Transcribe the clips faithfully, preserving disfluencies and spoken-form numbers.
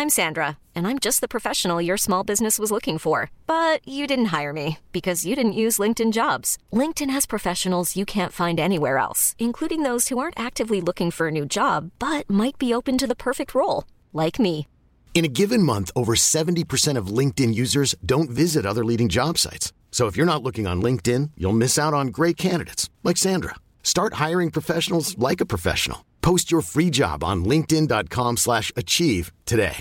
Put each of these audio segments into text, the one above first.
I'm Sandra, and I'm just the professional your small business was looking for. But you didn't hire me because you didn't use LinkedIn Jobs. LinkedIn has professionals you can't find anywhere else, including those who aren't actively looking for a new job, but might be open to the perfect role, like me. In a given month, over seventy percent of LinkedIn users don't visit other leading job sites. So if you're not looking on LinkedIn, you'll miss out on great candidates like Sandra. Start hiring professionals like a professional. Post your free job on linkedin dot com slash achieve today.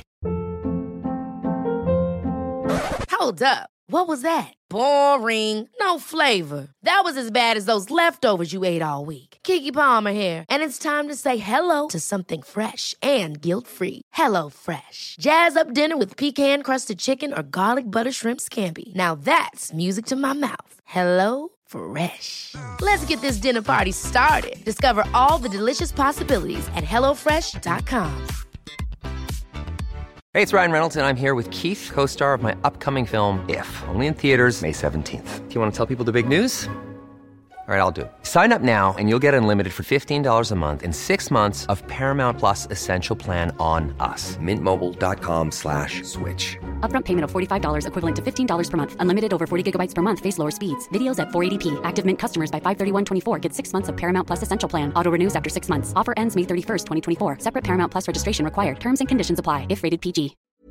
Hold up. What was that? Boring. No flavor. That was as bad as those leftovers you ate all week. Keke Palmer here, and it's time to say hello to something fresh and guilt-free. Hello Fresh. Jazz up dinner with pecan-crusted chicken or garlic butter shrimp scampi. Now that's music to my mouth. Hello Fresh. Let's get this dinner party started. Discover all the delicious possibilities at hello fresh dot com. Hey, it's Ryan Reynolds, and I'm here with Keith, co-star of my upcoming film, If, only in theaters May seventeenth. Do you want to tell people the big news? All right, I'll do it. Sign up now and you'll get unlimited for fifteen dollars a month and six months of Paramount Plus Essential Plan on us. Mint Mobile dot com slash switch. Upfront payment of forty-five dollars equivalent to fifteen dollars per month. Unlimited over forty gigabytes per month. Face lower speeds. Videos at four eighty p. Active Mint customers by five thirty-one twenty-four get six months of Paramount Plus Essential Plan. Auto renews after six months. Offer ends May thirty-first, twenty twenty-four. Separate Paramount Plus registration required. Terms and conditions apply if rated P G.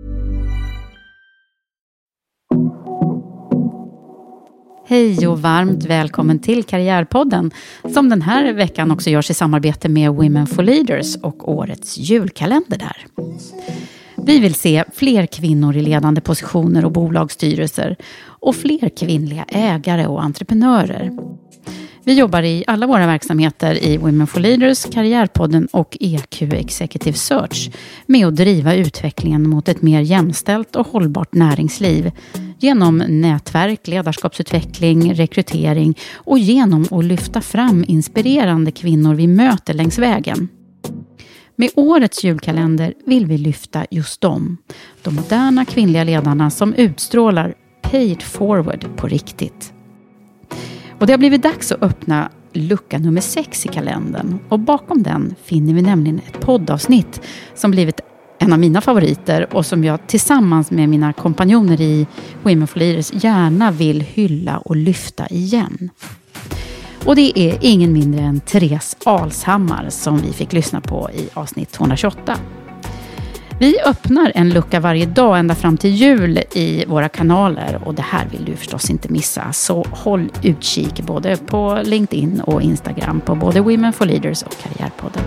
Hej och varmt välkommen till Karriärpodden som den här veckan också görs i samarbete med Women for Leaders och årets julkalender där. Vi vill se fler kvinnor i ledande positioner och bolagsstyrelser och fler kvinnliga ägare och entreprenörer. Vi jobbar i alla våra verksamheter i Women for Leaders, Karriärpodden och E Q Executive Search med att driva utvecklingen mot ett mer jämställt och hållbart näringsliv genom nätverk, ledarskapsutveckling, rekrytering och genom att lyfta fram inspirerande kvinnor vi möter längs vägen. Med årets julkalender vill vi lyfta just dem, de moderna kvinnliga ledarna som utstrålar pay it forward på riktigt. Och det har blivit dags att öppna lucka nummer sex i kalendern. Och bakom den finner vi nämligen ett poddavsnitt som blivit en av mina favoriter och som jag tillsammans med mina kompanjoner i Women for Leaders gärna vill hylla och lyfta igen. Och det är ingen mindre än Therese Alshammar som vi fick lyssna på i avsnitt tvåhundratjugoåtta. Vi öppnar en lucka varje dag ända fram till jul i våra kanaler och det här vill du förstås inte missa. Så håll utkik både på LinkedIn och Instagram på både Women for Leaders och Karriärpodden.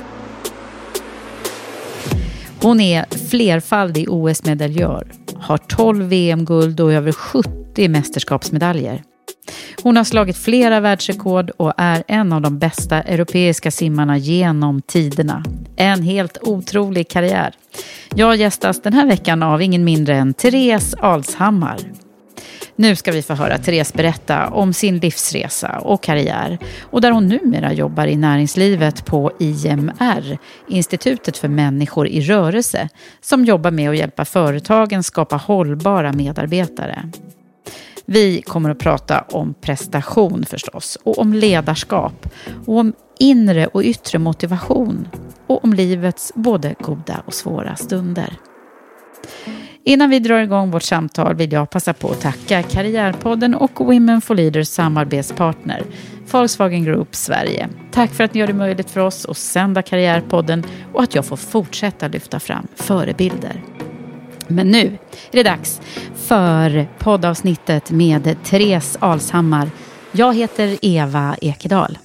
Hon är flerfaldig O S-medaljör, har tolv V M-guld och över sjuttio mästerskapsmedaljer. Hon har slagit flera världsrekord och är en av de bästa europeiska simmarna genom tiderna. En helt otrolig karriär. Jag gästas den här veckan av ingen mindre än Therese Alshammar. Nu ska vi få höra Therese berätta om sin livsresa och karriär och där hon numera jobbar i näringslivet på I M R, Institutet för människor i rörelse, som jobbar med att hjälpa företagen skapa hållbara medarbetare. Vi kommer att prata om prestation förstås och om ledarskap och om inre och yttre motivation och om livets både goda och svåra stunder. Innan vi drar igång vårt samtal vill jag passa på att tacka Karriärpodden och Women for Leaders samarbetspartner Volkswagen Group Sverige. Tack för att ni gör det möjligt för oss att sända Karriärpodden och att jag får fortsätta lyfta fram förebilder. Men nu är det dags för poddavsnittet med Therese Alshammar. Jag heter Eva Ekedal.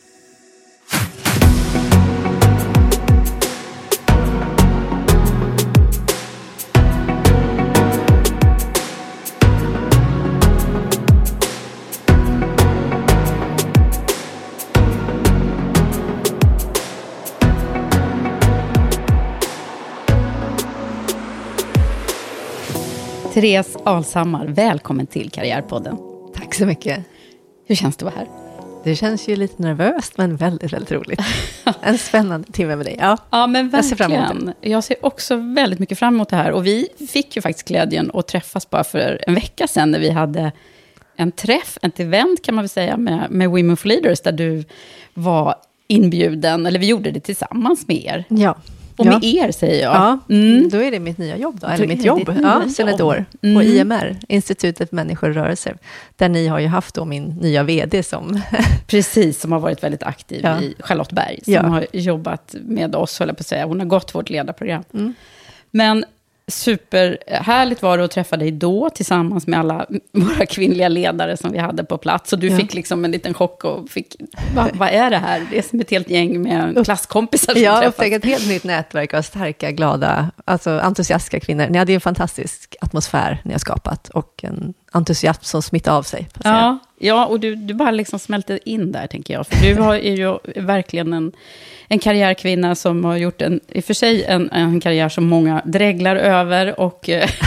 Therese Alshammar, välkommen till Karriärpodden. Tack så mycket. Hur känns det att vara här? Det känns ju lite nervöst men väldigt, väldigt roligt. En spännande timme med dig. Ja, ja men verkligen. Jag ser, fram emot det. jag ser också väldigt mycket fram emot det här. Och vi fick ju faktiskt glädjen att träffas bara för en vecka sedan när vi hade en träff, ett event kan man väl säga, med, med Women for Leaders där du var inbjuden, eller vi gjorde det tillsammans med er. Ja. Och med ja. er säger jag. Ja, mm. då är det mitt nya jobb då, eller mitt jobb, ja, sedan ett år, mm. på I M R, Institutet för människor och rörelser, där ni har ju haft då min nya vd som... Precis, som har varit väldigt aktiv ja. i Charlotte Berg, som ja. har jobbat med oss, höll jag på att säga. Hon har gått vårt ledarprogram. Mm. Men superhärligt var det att träffa dig då, tillsammans med alla våra kvinnliga ledare som vi hade på plats. Och du ja. fick liksom en liten chock och fick, vad va är det här? Det är som ett helt gäng med klasskompisar som ja, träffas. Ja, ett helt nytt nätverk av starka, glada, alltså entusiastiska kvinnor. Ni hade ju en fantastisk atmosfär ni har skapat och en entusiasm som smittar av sig. Ja, ja, och du, du bara liksom smälter in där, tänker jag. För du har, är ju verkligen en, en karriärkvinna som har gjort en, i och för sig en, en karriär som många dräglar över och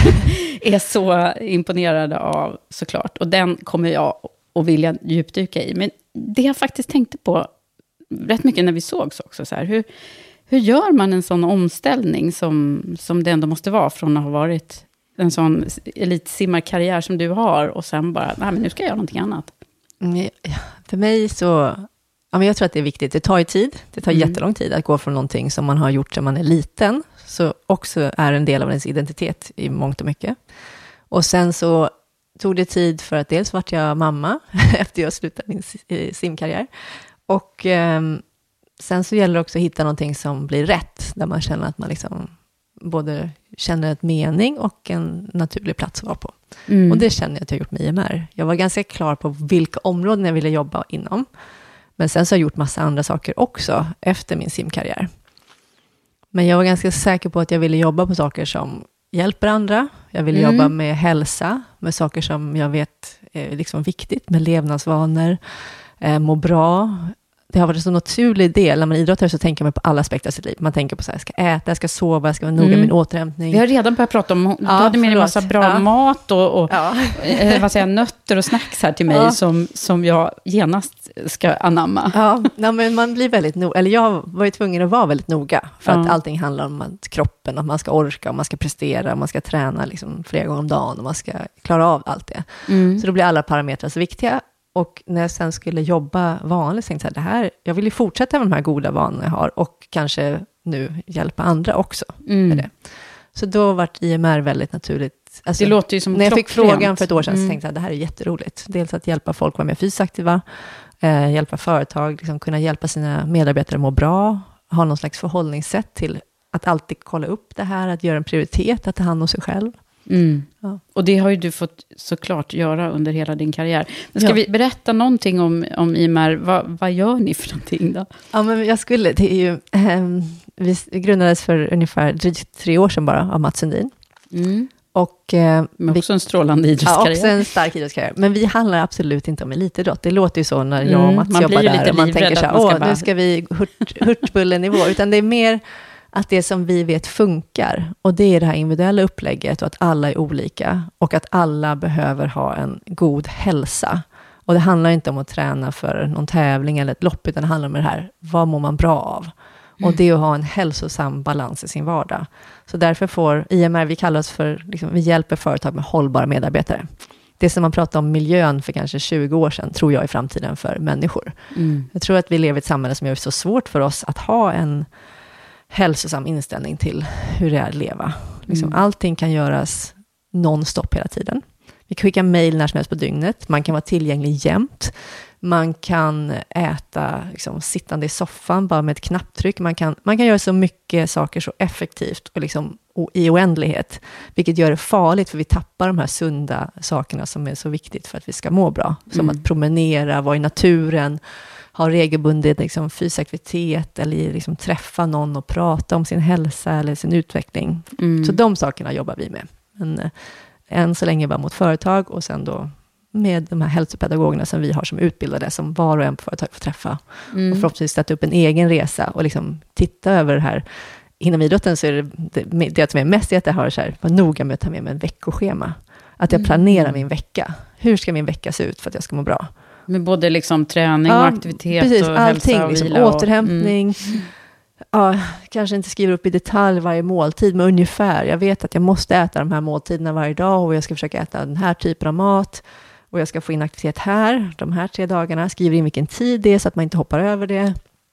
är så imponerade av, såklart. Och den kommer jag att vilja djupdyka i. Men det jag faktiskt tänkte på rätt mycket när vi sågs också, så här, hur, hur gör man en sån omställning som, som det ändå måste vara från att ha varit en sån elitsimmarkarriär som du har och sen bara, nej men nu ska jag göra någonting annat. Mm, för mig så, ja, men jag tror att det är viktigt. Det tar ju tid, det tar mm. jättelång tid att gå från någonting som man har gjort sedan man är liten, så också är en del av ens identitet i mångt och mycket. Och sen så tog det tid för att dels vart jag mamma efter jag slutade min simkarriär. Och eh, sen så gäller det också att hitta någonting som blir rätt, där man känner att man liksom både känner ett mening och en naturlig plats att vara på. Mm. Och det känner jag att jag har gjort med I M R. Jag var ganska klar på vilka områden jag ville jobba inom. Men sen så har jag gjort massa andra saker också efter min simkarriär. Men jag var ganska säker på att jag ville jobba på saker som hjälper andra. Jag ville mm. jobba med hälsa, med saker som jag vet är liksom viktigt, med levnadsvanor, eh, må bra. Det har varit en så naturlig del. När man idrottar så tänker man på alla aspekter av sitt liv. Man tänker på så här, jag ska äta, jag ska sova, jag ska vara noga med mm. min återhämtning. Vi har redan börjat prata om, du ja, hade med en massa bra ja. mat och, och ja. eh, vad säger, nötter och snacks här till mig ja. som, som jag genast ska anamma. Ja, nej, men man blir väldigt noga. Eller jag var ju tvungen att vara väldigt noga. För ja. att allting handlar om att kroppen, att man ska orka, och man ska prestera, och man ska träna liksom flera gånger om dagen, och man ska klara av allt det. Mm. Så då blir alla parametrar så viktiga. Och när jag sen skulle jobba vanligt tänkte jag, det här, jag vill ju fortsätta med de här goda vanorna jag har och kanske nu hjälpa andra också mm. med det. Så då var I M R väldigt naturligt. Alltså, det låter ju som när jag fick klockrent. frågan för ett år sedan mm. så tänkte jag, det här är jätteroligt. Dels att hjälpa folk att vara mer fysiskt aktiva, eh, hjälpa företag, liksom kunna hjälpa sina medarbetare att må bra, ha någon slags förhållningssätt till att alltid kolla upp det här, att göra en prioritet, att ta hand om sig själv. Mm. Ja. Och det har ju du fått såklart göra under hela din karriär. Men ska ja. vi berätta någonting om, om I M R? Va, vad gör ni för någonting då? Ja, men jag skulle, det är ju, eh, vi grundades för ungefär drygt tre år sedan bara av Mats Sundin. Mm. Och, eh, men också vi, en strålande idrottskarriär. Ja, också en stark idrottskarriär. Men vi handlar absolut inte om elitidrott. Det låter ju så när jag och Mats mm, jobbar där. Och man tänker så här, åh, bara... nu ska vi hurt, hurtbullen-nivå. Utan det är mer att det som vi vet funkar, och det är det här individuella upplägget, och att alla är olika, och att alla behöver ha en god hälsa. Och det handlar inte om att träna för någon tävling eller ett lopp, utan det handlar om det här, vad mår man bra av? Mm. Och det är att ha en hälsosam balans i sin vardag. Så därför får I M R, vi kallar oss för, liksom, vi hjälper företag med hållbara medarbetare. Det som man pratade om miljön för kanske tjugo år sedan, tror jag i framtiden för människor. Mm. Jag tror att vi lever i ett samhälle som gör det så svårt för oss att ha en hälsosam inställning till hur det är att leva. Liksom, mm. allting kan göras non-stop hela tiden. Vi kan skicka mejl när som helst på dygnet. Man kan vara tillgänglig jämt. Man kan äta liksom, sittande i soffan bara med ett knapptryck. Man kan, man kan göra så mycket saker så effektivt och liksom, o, i oändlighet. Vilket gör det farligt, för vi tappar de här sunda sakerna som är så viktigt för att vi ska må bra. Som mm. att promenera, vara i naturen, ha regelbundet liksom, fysisk aktivitet, eller liksom, träffa någon och prata om sin hälsa eller sin utveckling. Mm. Så de sakerna jobbar vi med. Men eh, än så länge bara mot företag, och sen då med de här hälsopedagogerna som vi har som utbildade, som var och en på företag får träffa. Mm. Och förhoppningsvis sätta upp en egen resa och liksom titta över det här. Inom idrotten så är det det, det som är mest är att jag har så här, var noga med att ta med mig en veckoschema. Att jag planerar mm. min vecka. Hur ska min vecka se ut för att jag ska må bra? Med både liksom träning ja, och aktivitet precis, och allting, hälsa och liksom, vila. Återhämtning. Och, mm. ja, kanske inte skriver upp i detalj varje måltid, men ungefär. Jag vet att jag måste äta de här måltiderna varje dag, och jag ska försöka äta den här typen av mat. Och jag ska få in aktivitet här, de här tre dagarna. Skriver in vilken tid det är så att man inte hoppar över det.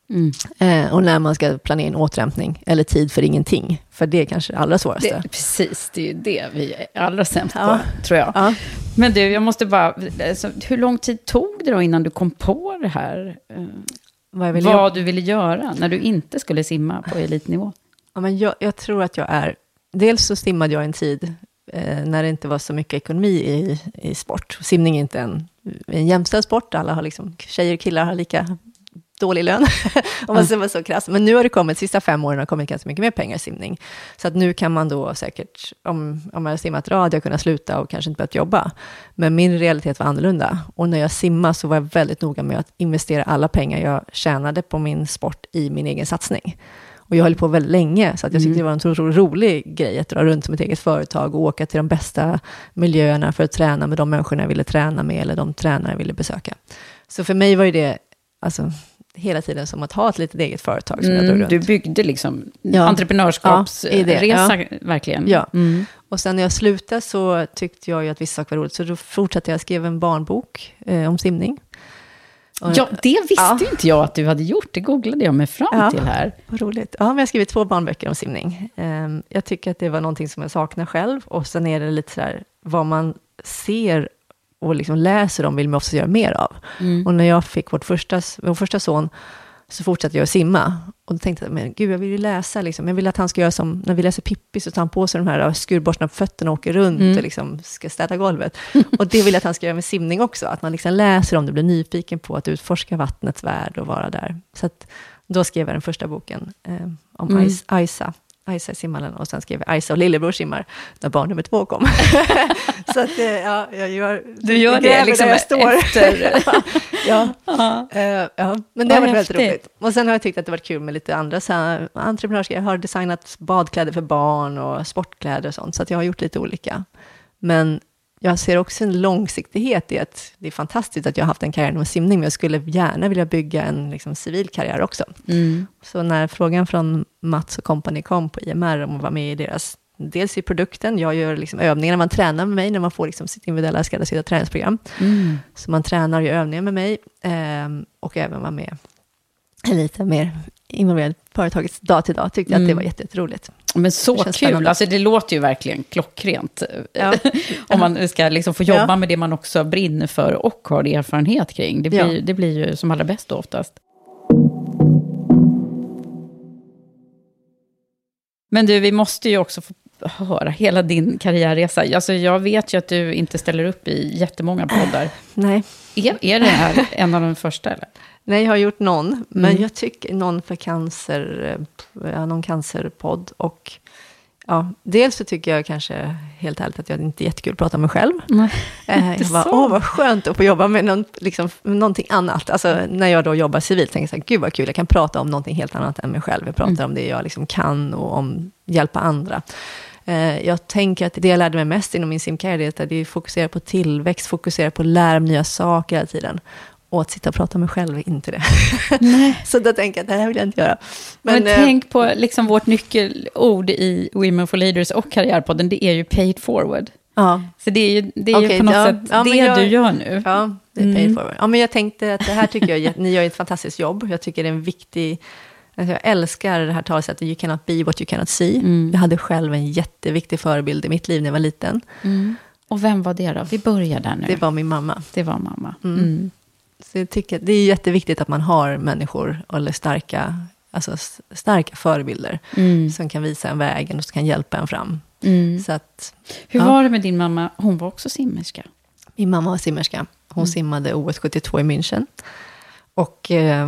Mm. Eh, och när man ska planera en återhämtning eller tid för ingenting. För det är kanske det allra svåraste. Det, precis, det är ju det vi är allra sämst ja. på, tror jag. Ja. Men du, jag måste bara... Alltså, hur lång tid tog det då innan du kom på det här? Eh, vad jag ville vad göra. Du ville göra när du inte skulle simma på elitnivå? Ja, men jag, jag tror att jag är... Dels så simmade jag en tid eh, när det inte var så mycket ekonomi i, i sport. Simning är inte en, en jämställd sport. Alla har liksom... Tjejer och killar har lika... dålig lön, om man ska vara så krass. Men nu har det kommit, de sista fem åren har kommit ganska mycket mer pengar i simning. Så att nu kan man då säkert, om, om jag har simmat rad, jag kunna sluta och kanske inte behövt jobba. Men min realitet var annorlunda. Och när jag simmade så var jag väldigt noga med att investera alla pengar jag tjänade på min sport i min egen satsning. Och jag höll på väldigt länge, så att jag tyckte mm. det var en så rolig grej att dra runt som ett eget företag och åka till de bästa miljöerna för att träna med de människorna jag ville träna med eller de tränare jag ville besöka. Så för mig var ju det, alltså... hela tiden som att ha ett litet eget företag som mm, jag drog runt. Du byggde liksom ja. entreprenörskapsresa, ja, ja. verkligen. Ja, mm. och sen när jag slutade så tyckte jag ju att vissa saker var roligt. Så då fortsatte jag skriva en barnbok eh, om simning. Och, ja, det visste ja. inte jag att du hade gjort. Det googlade jag mig fram ja, till här. Vad roligt. Ja, men jag har skrivit två barnböcker om simning. Um, jag tycker att det var någonting som jag saknar själv. Och sen är det lite så här, vad man ser och liksom läser om vill man också göra mer av. Mm. Och när jag fick vårt första, vår första son så fortsatte jag att simma. Och då tänkte jag, men gud, jag vill ju läsa. Liksom. Jag vill att han ska göra som, när vi läser Pippi så tar han på sig de här skurborstarna på fötterna och åker runt mm. och liksom ska städa golvet. Och det vill jag att han ska göra med simning också. Att man liksom läser om det, blir nyfiken på att utforska vattnets värld och vara där. Så att då skrev jag den första boken eh, om mm. Aisa. Aisa i simhallen, och sen skrev jag Aisa och lillebror simmar när barn nummer två kom. Så att, ja, jag gör... Du gör det liksom jag står. Efter... ja. Uh, ja, men det har varit väldigt roligt. Och sen har jag tyckt att det varit kul med lite andra så här, entreprenörskap. Jag har designat badkläder för barn och sportkläder och sånt, så att jag har gjort lite olika. Men jag ser också en långsiktighet i att det är fantastiskt att jag har haft en karriär inom simning, men jag skulle gärna vilja bygga en liksom, civil karriär också. Mm. Så när frågan från Mats och Company kom på I M R om att vara med i deras, dels i produkten, jag gör liksom övningar när man tränar med mig, när man får liksom sitt individuella skräddarsydda träningsprogram. Mm. Så man tränar och gör övningar med mig eh, och även vara med lite mer involverad företagets dag till dag, tyckte jag mm. att det var jätteroligt. Men så kul, spännande. Alltså det låter ju verkligen klockrent. Ja. Om man ska liksom få jobba ja. med det man också brinner för och har erfarenhet kring. Det blir, ja. det blir ju som allra bäst då oftast. Men du, vi måste ju också få höra hela din karriärresa. Alltså jag vet ju att du inte ställer upp i jättemånga poddar. Nej. Är, är det här en av de första eller? Nej, jag har gjort någon, men mm. jag tycker någon för cancer, ja, någon cancerpodd. Och ja, dels så tycker jag kanske helt ärligt att jag inte är jättekul att prata med mig själv. Nej, eh, jag bara, åh vad skönt att få jobba med någon, liksom, någonting annat. Alltså när jag då jobbar civilt tänker jag så här, gud vad kul, jag kan prata om någonting helt annat än mig själv. Jag pratar mm. om det jag liksom kan och om hjälpa andra. Eh, jag tänker att det jag lärde mig mest inom min simkarriär är att det fokuserar på tillväxt, fokuserar på att lära mig nya saker hela tiden. Och att sitta och prata med mig själv är inte det. Nej. Så då tänker jag att det här vill jag inte göra. Men, Men tänk på liksom vårt nyckelord i Women for Leaders och Karriärpodden, det är ju pay it forward. Ja. Så det är ju, det är okay, ju på något ja, sätt ja, det jag, du gör nu. Ja, det är mm. pay it forward. Ja, men jag tänkte att det här tycker jag, ni gör ett fantastiskt jobb. Jag tycker det är en viktig, jag älskar det här talesättet, you cannot be what you cannot see. Mm. Jag hade själv en jätteviktig förebild i mitt liv när jag var liten. Mm. Och vem var det då? Vi börjar där nu. Det var min mamma. Det var mamma. Mm. Mm. Så jag tycker det är jätteviktigt att man har människor eller starka, alltså starka förebilder mm. som kan visa en vägen och som kan hjälpa en fram. Mm. Så att, Hur ja. var det med din mamma? Hon var också simmerska. Min mamma var simmerska. Hon mm. simmade O S sjuttiotvå i München. Och eh,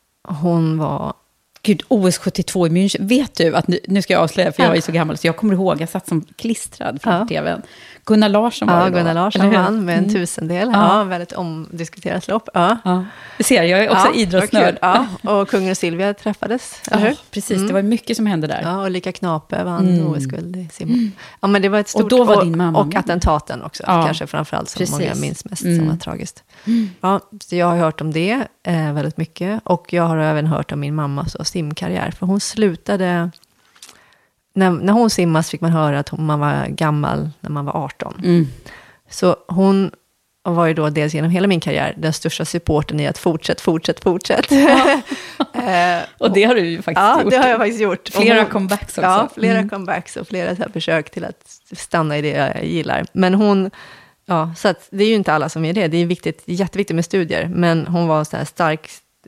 hon var... Gud, O S sjuttiotvå i München. Vet du att nu, nu ska jag avslöja, för jag är så gammal, så jag kommer ihåg, jag satt som klistrad från ja. tvn. Gunnar Larsson var ja, det då. Gunnar Larsson vann med en mm. tusendel. Ja. Ja, väldigt omdiskuterat lopp. Ja. Ja. Det ser jag, är också ja, idrottsnörd. Ja, och kungen och Silvia träffades. Ja, precis. Mm. Det var mycket som hände där. Ja, och Lika Knape vann mm. O S-guld i simning. Mm. Ja, men det var ett stort... Och då var din mamma Och, och attentaten också, ja. kanske framförallt som precis. många minns mest, mm. som var tragiskt. Mm. Ja, så jag har hört om det eh, väldigt mycket. Och jag har även hört om min mammas simkarriär. För hon slutade... När, när hon simmas fick man höra att hon, man var gammal när man var arton. Mm. Så hon och var ju då dels genom hela min karriär den största supporten i att fortsätt, fortsätt, fortsätt. Ja. Och det har du ju faktiskt ja, gjort. Ja, det har jag faktiskt gjort. Flera hon, comebacks också. Ja, flera mm. comebacks och flera så här försök till att stanna i det jag gillar. Men hon, ja, så att det är ju inte alla som är det. Det är viktigt, jätteviktigt med studier. Men hon var så här stark,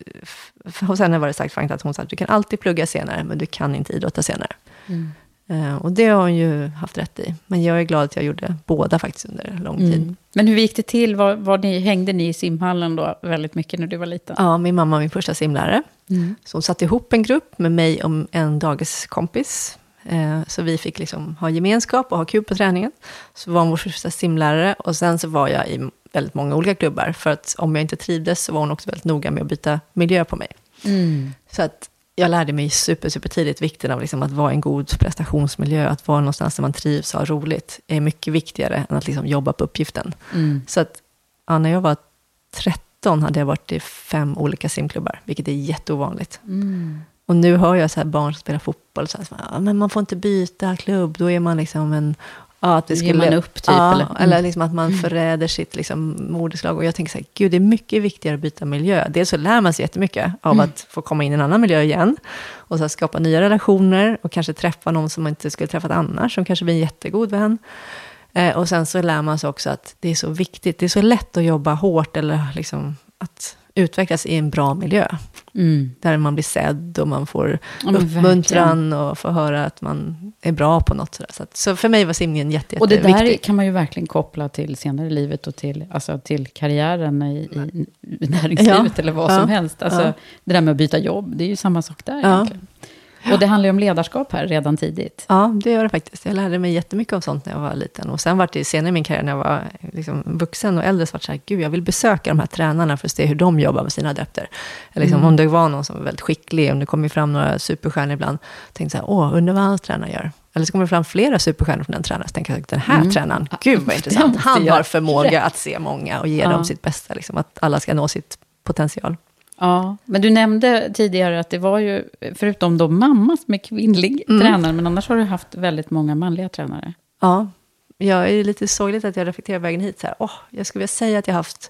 hos henne var det starkt förankrat att hon sa att du kan alltid plugga senare, men du kan inte idrotta senare. Mm. Uh, och det har hon ju haft rätt i. Men jag är glad att jag gjorde båda faktiskt under lång tid. Mm. Men hur gick det till? Var, var ni, hängde ni i simhallen då väldigt mycket när du var liten? Ja, min mamma var min första simlärare. Mm. Så hon satte ihop en grupp med mig och en dagiskompis. Uh, så vi fick liksom ha gemenskap och ha kul på träningen. Så var hon vår första simlärare. Och sen så var jag i väldigt många olika klubbar. För att om jag inte trivdes så var hon också väldigt noga med att byta miljö på mig. Mm. Så att jag lärde mig super, super tidigt vikten av liksom att vara en god prestationsmiljö, att vara någonstans där man trivs och har roligt, är mycket viktigare än att liksom jobba på uppgiften. Mm. Så att ja, när jag var tretton hade jag varit i fem olika simklubbar, vilket är jätteovanligt. Mm. Och nu hör jag så här barn som spelar fotboll, så här, ja, men man får inte byta klubb, då är man liksom en... Ja, att det skulle, man upp typ, ja, eller? Mm. eller liksom att man förräder sitt liksom, moderslag. Och jag tänker så här, gud, det är mycket viktigare att byta miljö. Dels så lär man sig jättemycket av mm. att få komma in i en annan miljö igen. Och så här, skapa nya relationer. Och kanske träffa någon som man inte skulle träffat annars. Som kanske blir en jättegod vän. Eh, och sen så lär man sig också att det är så viktigt. Det är så lätt att jobba hårt. Eller liksom att utvecklas i en bra miljö. Mm. Där man blir sedd och man får ja, uppmuntran verkligen. Och får höra att man är bra på något. Så, att, så för mig var simningen jätte, jätte Och det där viktig. Kan man ju verkligen koppla till senare i livet och till, alltså till karriären i, i, i näringslivet ja. Eller vad ja. Som helst. Alltså, ja. Det där med att byta jobb, det är ju samma sak där ja. Egentligen. Och det handlar ju om ledarskap här redan tidigt. Ja, det gör det faktiskt. Jag lärde mig jättemycket om sånt när jag var liten. Och sen var det senare i min karriär när jag var liksom vuxen och äldre så var det så här, gud, jag vill besöka de här tränarna för att se hur de jobbar med sina adepter. Liksom, mm. Om det var någon som var väldigt skicklig, om det kom fram några superstjärnor ibland, tänkte så här, åh, undrar vad hans tränare gör. Eller så kommer det fram flera superstjärnor från den tränaren. Så tänker jag, den här mm. tränaren, gud vad intressant. Han har förmåga att se många och ge ja. Dem sitt bästa. Liksom, att alla ska nå sitt potential. Ja, men du nämnde tidigare att det var ju, förutom då mamma som är kvinnlig mm. tränare, men annars har du haft väldigt många manliga tränare. Ja, jag är lite sorgligt att jag reflekterar vägen hit så här. Åh, jag skulle vilja säga att jag har haft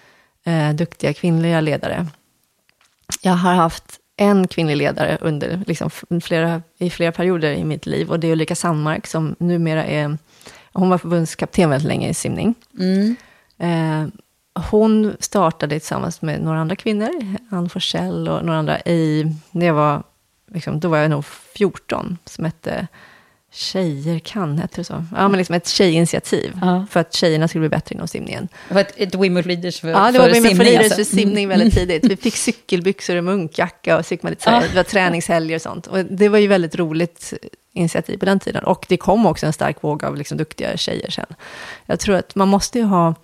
eh, duktiga kvinnliga ledare. Jag har haft en kvinnlig ledare under liksom, flera, i flera perioder i mitt liv, och det är Ulrika Sandmark som numera är, hon var förbundskapten väldigt länge i simning. Mm. Eh, Hon startade tillsammans med några andra kvinnor, Ann Forsell och några andra, i, när jag var, liksom, då var jag nog fjorton, som hette Tjejer kan, heter det så? Ja, men liksom ett tjejinitiativ, ja. För att tjejerna skulle bli bättre inom simningen. Det var ett, ett Women for Leaders för, ja, det var för simning. Women for Leaders alltså. För simning väldigt tidigt. Vi fick cykelbyxor och munkjacka och lite så här, ja. Det var träningshelger och sånt. Och det var ju väldigt roligt initiativ på den tiden. Och det kom också en stark våg av liksom, duktiga tjejer sen. Jag tror att man måste ju ha...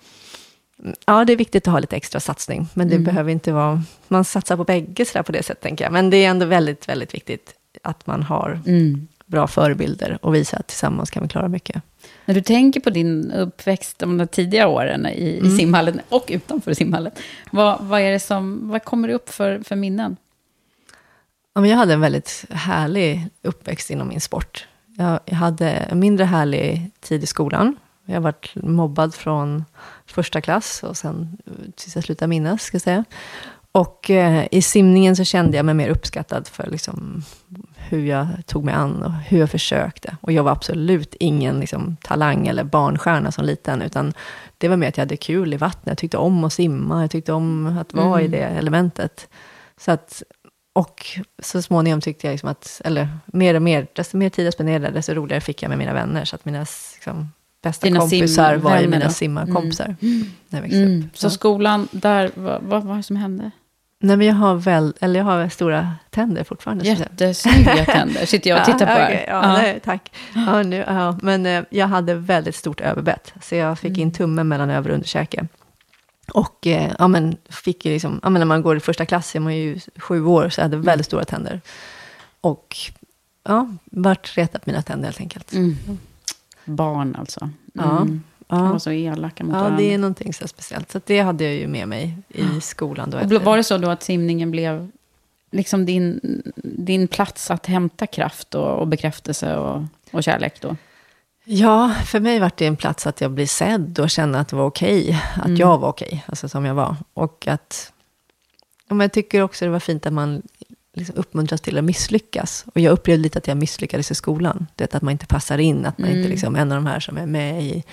Ja, det är viktigt att ha lite extra satsning. Men det mm. behöver inte vara... Man satsar på bägge sådär på det sättet, tänker jag. Men det är ändå väldigt, väldigt viktigt att man har mm. bra förebilder och visar att tillsammans kan vi klara mycket. När du tänker på din uppväxt de där tidiga åren i, mm. i simhallen och utanför simhallen, vad, vad, är det som, vad kommer det upp för, för minnen? Ja, men jag hade en väldigt härlig uppväxt inom min sport. Jag, jag hade en mindre härlig tid i skolan. Jag har varit mobbad från första klass och sen tills jag slutade minnas, ska jag säga. Och eh, i simningen så kände jag mig mer uppskattad för liksom, hur jag tog mig an och hur jag försökte. Och jag var absolut ingen liksom, talang eller barnstjärna som liten, utan det var mer att jag hade kul i vattnet. Jag tyckte om att simma, jag tyckte om att vara mm. i det elementet. Så att, och så småningom tyckte jag liksom att, eller mer och mer, desto mer tid jag spenderade, desto roligare fick jag med mina vänner. Så att mina liksom, bästa dina kompisar var ju mina simmarkompisar. Mm. När jag växte mm. upp. Så skolan, där, vad, vad var det som hände? Nej, men jag har väl, eller jag har stora tänder fortfarande. Jättesnygga tänder, sitter jag och tittar på ja, här. Okay, ja, ja. Nej, tack. Ja, nu, ja. Men eh, jag hade väldigt stort överbett, så jag fick mm. in tummen mellan över- och underkäke. Och eh, ja, men fick ju liksom, ja, men när man går i första klass, är man ju sju år, så jag hade väldigt stora tänder. Och ja, vart retat mina tänder helt enkelt. Mm. Barn alltså. Mm. Ja. Ja. De var så elaka mot ja, varandra. det är någonting så speciellt. Så det hade jag ju med mig i skolan. Då och var det så då att simningen blev liksom din, din plats att hämta kraft och, och bekräftelse och, och kärlek då? Ja, för mig var det en plats att jag blir sedd och känna att det var okej. Att mm. jag var okej, alltså som jag var. Och att, ja, men jag tycker också det var fint att man liksom uppmuntras till att misslyckas. Och jag upplevde lite att jag misslyckades i skolan. Det att man inte passar in, att man mm. inte liksom en av de här som är med i,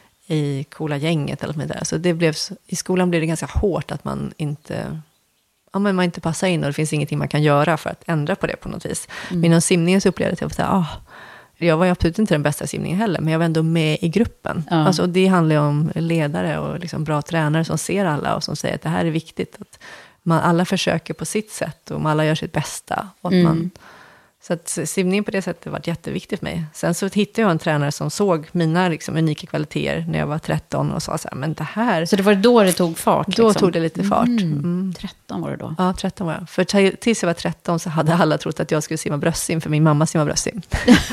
i coola gänget eller något där. Så det blev, i skolan blev det ganska hårt att man inte... Ja, men man inte passar in och det finns ingenting man kan göra för att ändra på det på något vis. Mm. Men inom simningen så upplevde jag att jag var så här, ah, jag var ju absolut inte den bästa simningen heller, men jag var ändå med i gruppen. Ja. Alltså, det handlar ju om ledare och liksom bra tränare som ser alla och som säger att det här är viktigt. Att man alla försöker på sitt sätt och alla gör sitt bästa. Och att mm. man, så att simningen på det sättet har varit jätteviktigt för mig. Sen så hittade jag en tränare som såg mina liksom, unika kvaliteter när jag var tretton och sa så här, men det här... Så det var då det tog fart? Då liksom. tog det lite fart. Mm. Mm. tretton var det då? Ja, tretton var jag. För t- tills jag var tretton så hade alla trott att jag skulle simma bröstsim, för min mamma simmar bröstsim.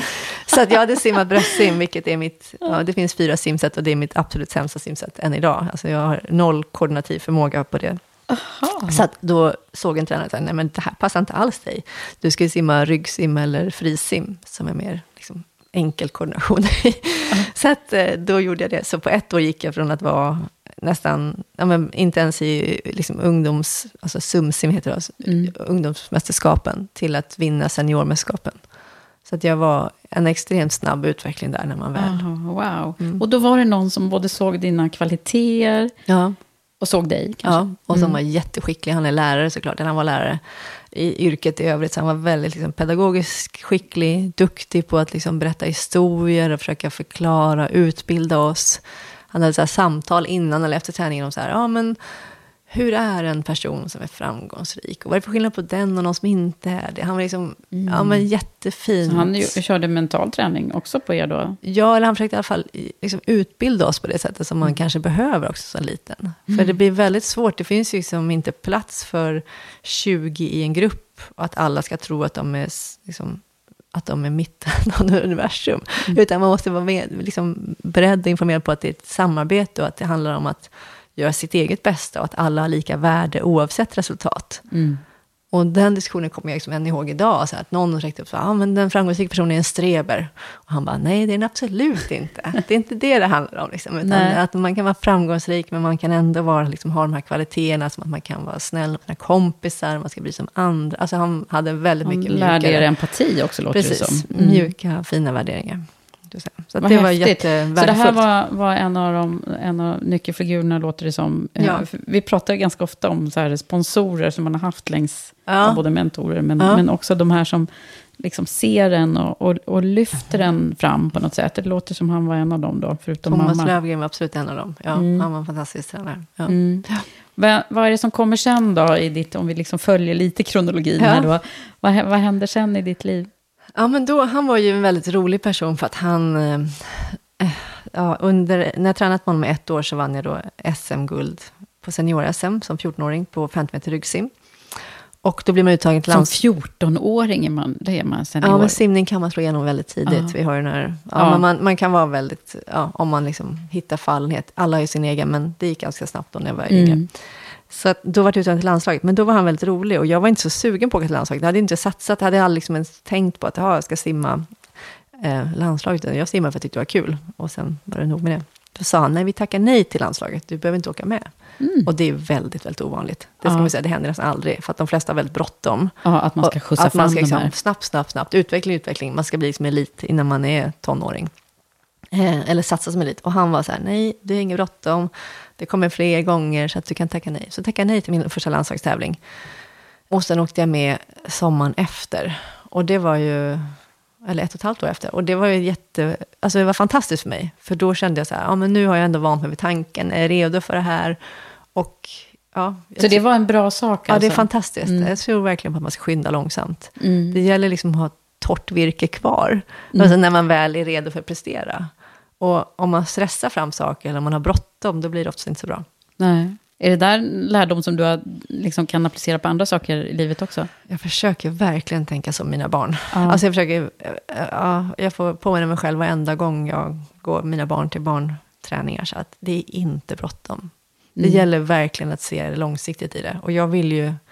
Så att jag hade simmat bröstsim, vilket är mitt... Ja, det finns fyra simsätt och det är mitt absolut sämsta simsätt än idag. Alltså jag har noll koordinativ förmåga på det. Aha. Så att då såg en tränare att nej, men det här passar inte alls dig. Du ska simma ryggsim eller frisim som är mer liksom, enkel koordination. Mm. Så att då gjorde jag det. Så på ett år gick jag från att vara nästan, ja, men inte ens i liksom, ungdoms, alltså sumsim heter det, mm. ungdomsmästerskapen till att vinna seniormästerskapen. Så att jag var en extremt snabb utveckling där när man väl... Aha, wow. Mm. Och då var det någon som både såg dina kvaliteter... Ja. Och såg dig kanske? Ja, och som mm. var jätteskicklig. Han är lärare såklart, eller han var lärare i yrket i övrigt. Så han var väldigt liksom, pedagogiskt skicklig, duktig på att liksom, berätta historier och försöka förklara, utbilda oss. Han hade så här, samtal innan eller efter träningen om så här, ja men hur är en person som är framgångsrik? Och vad är det för skillnad på den och någon som inte är det? Han var liksom, mm. ja men jättefin. Så han ju, körde mental träning också på er då? Ja, eller han försökte i alla fall liksom, utbilda oss på det sättet som man mm. kanske behöver också som liten. Mm. För det blir väldigt svårt, det finns ju liksom inte plats för tjugo i en grupp. Och att alla ska tro att de är liksom, att de är mitten av universum. Mm. Utan man måste vara med, liksom, beredd och informerad på att det är ett samarbete och att det handlar om att göra sitt eget bästa och att alla har lika värde oavsett resultat. Mm. Och den diskussionen kommer jag liksom än ihåg idag. Så att någon räckte upp så ah, men den framgångsrika personen är en streber. Och han bara, nej det är den absolut inte. Det är inte det det handlar om. Liksom. Utan att man kan vara framgångsrik men man kan ändå vara, liksom, ha de här kvaliteterna som att man kan vara snäll med sina kompisar, man ska bli som andra. Alltså han hade väldigt han mycket mjukare. Han lärde er empati också, låter Precis, det som. Mm. Mjuka, fina värderingar. Så att det var jättevärdefullt. Så det här var, var en av de en av nyckelfigurerna, låter det som. Ja. Vi pratar ganska ofta om så här sponsorer som man har haft längs, ja. både mentorer, men, ja. men också de här som liksom ser en och, och, och lyfter en fram på något sätt. Det låter som han var en av dem då, förutom Thomas mamma. Lövgren var absolut en av dem. Ja, mm. Han var en fantastisk tränare. Ja. Mm. Ja. Vad, vad är det som kommer sen då, i ditt, om vi liksom följer lite kronologin ja. här då. Vad, vad händer sen i ditt liv? Ja, men då, han var ju en väldigt rolig person för att han, eh, ja, under, när jag tränat med honom i ett år så vann jag då S M-guld på senior-S M som fjortonåring på femtio meter ryggsim. Och då blir man uttagen till lands... Som fjortonåring är man, det är man senior. Ja, men simning kan man slå igenom väldigt tidigt. Uh-huh. Vi har ju den här, ja, uh-huh. man, man kan vara väldigt, ja, om man liksom hittar fallenhet. Alla har ju sin egen, men det gick ganska snabbt då när jag var yngre. Mm. Så att då var det utan till landslaget. Men då var han väldigt rolig. Och jag var inte så sugen på att åka till landslaget. Jag hade inte satsat. Jag hade aldrig liksom ens tänkt på att jag ska simma eh, landslaget. Jag simmade för att jag tyckte det var kul. Och sen var det nog med det. Då sa han, nej vi tackar nej till landslaget. Du behöver inte åka med. Mm. Och det är väldigt, väldigt ovanligt. Det ska ja. man säga, det händer nästan aldrig. För att de flesta har väldigt bråttom. Ja, att man ska skjutsa att fram man ska, liksom, de här. Snabbt, snabbt, snabbt. Utveckling, utveckling. Man ska bli liksom elit innan man är tonåring. Eh, eller satsa som elit. Och han var så här, nej det är inget bråttom. Det kommer fler gånger så att du kan tacka nej. Så tacka nej till min första landslagstävling. Och sen åkte jag med sommaren efter. Och det var ju, eller ett och ett halvt år efter. Och det var ju jätte, alltså det var fantastiskt för mig. För då kände jag så här, ja men nu har jag ändå vant mig vid tanken. Är redo för det här. Och ja. Så det var en bra sak alltså? Ja, det är fantastiskt. Mm. Jag tror verkligen på att man ska skynda långsamt. Mm. Det gäller liksom att ha torrt virke kvar. Mm. Alltså när man väl är redo för att prestera. Och om man stressar fram saker eller om man har bråttom, då blir det ofta inte så bra. Nej. Är det där lärdom som du har, liksom, kan applicera på andra saker i livet också? Jag försöker verkligen tänka som mina barn. Ja. Alltså jag försöker, ja, jag får påminna mig själv varenda gång jag går mina barn till barnträningar. Så att det är inte bråttom. Det mm. gäller verkligen att se långsiktigt i det. Och jag vill ju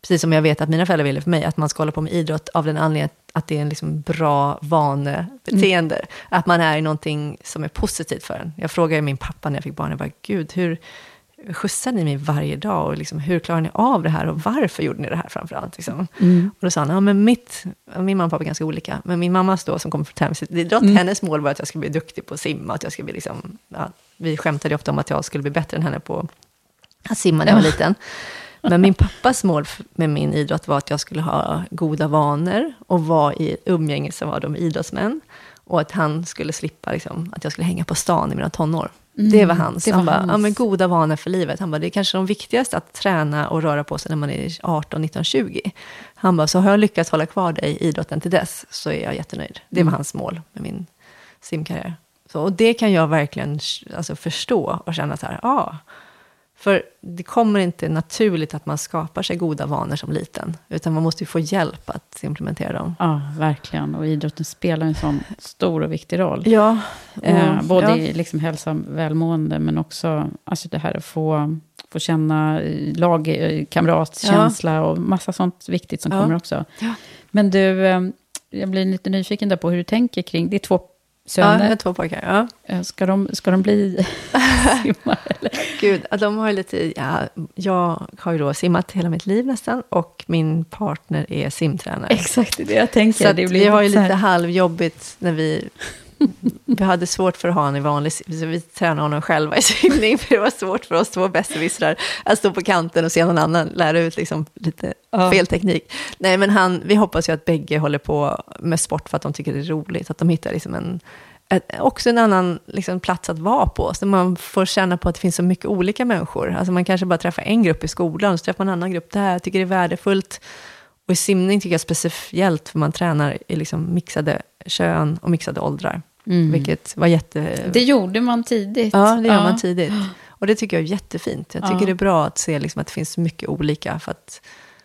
precis som jag vet att mina föräldrar ville för mig, att man ska hålla på med idrott av den anledningen att det är en liksom bra vanebeteende. Mm. Att man är i någonting som är positivt för en. Jag frågade min pappa när jag fick barn, jag bara, gud, hur skjutsar ni mig varje dag? Och liksom, hur klarar ni av det här? Och varför gjorde ni det här framförallt? Liksom? Mm. Och då sa han, ja men mitt, min mamma och pappa är ganska olika. Men min mammas då, som kommer från tävlingsidrott, mm. hennes mål var att jag skulle bli duktig på att simma. Att jag skulle bli liksom, ja, vi skämtade ofta om att jag skulle bli bättre än henne på att simma när jag var liten. Men min pappas mål med min idrott var att jag skulle ha goda vanor och vara i umgänge som var de idrottsmän. Och att han skulle slippa, liksom, att jag skulle hänga på stan i mina tonår. Mm, det var hans. Det var han bara, hans. Ja, men goda vanor för livet. Han bara, det är kanske de viktigaste att träna och röra på sig när man är arton, nitton, tjugo. Han bara, så har jag lyckats hålla kvar dig i idrotten till dess, så är jag jättenöjd. Det var mm. hans mål med min simkarriär. Så, och det kan jag verkligen alltså, förstå och känna så här, ja. Ah, för det kommer inte naturligt att man skapar sig goda vanor som liten. Utan man måste ju få hjälp att implementera dem. Ja, verkligen. Och idrotten spelar en sån stor och viktig roll. Ja. Eh, både ja. i liksom hälsa, välmående, men också alltså det här att få, få känna lag, kamratkänsla ja. och massa sånt viktigt som ja. kommer också. Ja. Men du, eh, jag blir lite nyfiken där på hur du tänker kring, det är två söner. Ja, jag har två pojkar, ja. Ska de, ska de bli simmare? Eller? Gud, de har lite, ja, jag har ju då simmat hela mitt liv nästan, och min partner är simtränare. Exakt, det jag tänker. Så det blir vi har ju lite halvjobbigt när vi, vi hade svårt för att ha honom i vanlig, så vi tränade honom själva i simning, för det var svårt för oss två bässerwissrar att stå på kanten och se någon annan lära ut liksom lite ja. fel teknik. Nej, men han, vi hoppas ju att bägge håller på med sport för att de tycker det är roligt, att de hittar liksom en Ett, också en annan liksom, plats att vara på. Så man får känna på att det finns så mycket olika människor. Alltså man kanske bara träffar en grupp i skolan, så träffar man en annan grupp där. Jag tycker det är värdefullt. Och i simning tycker jag speciellt, för man tränar i liksom mixade kön och mixade åldrar. Mm. Vilket var jätte... Det gjorde man tidigt. Ja, det gör ja. man tidigt. Och det tycker jag är jättefint. Jag tycker ja. det är bra att se liksom, att det finns mycket olika. För att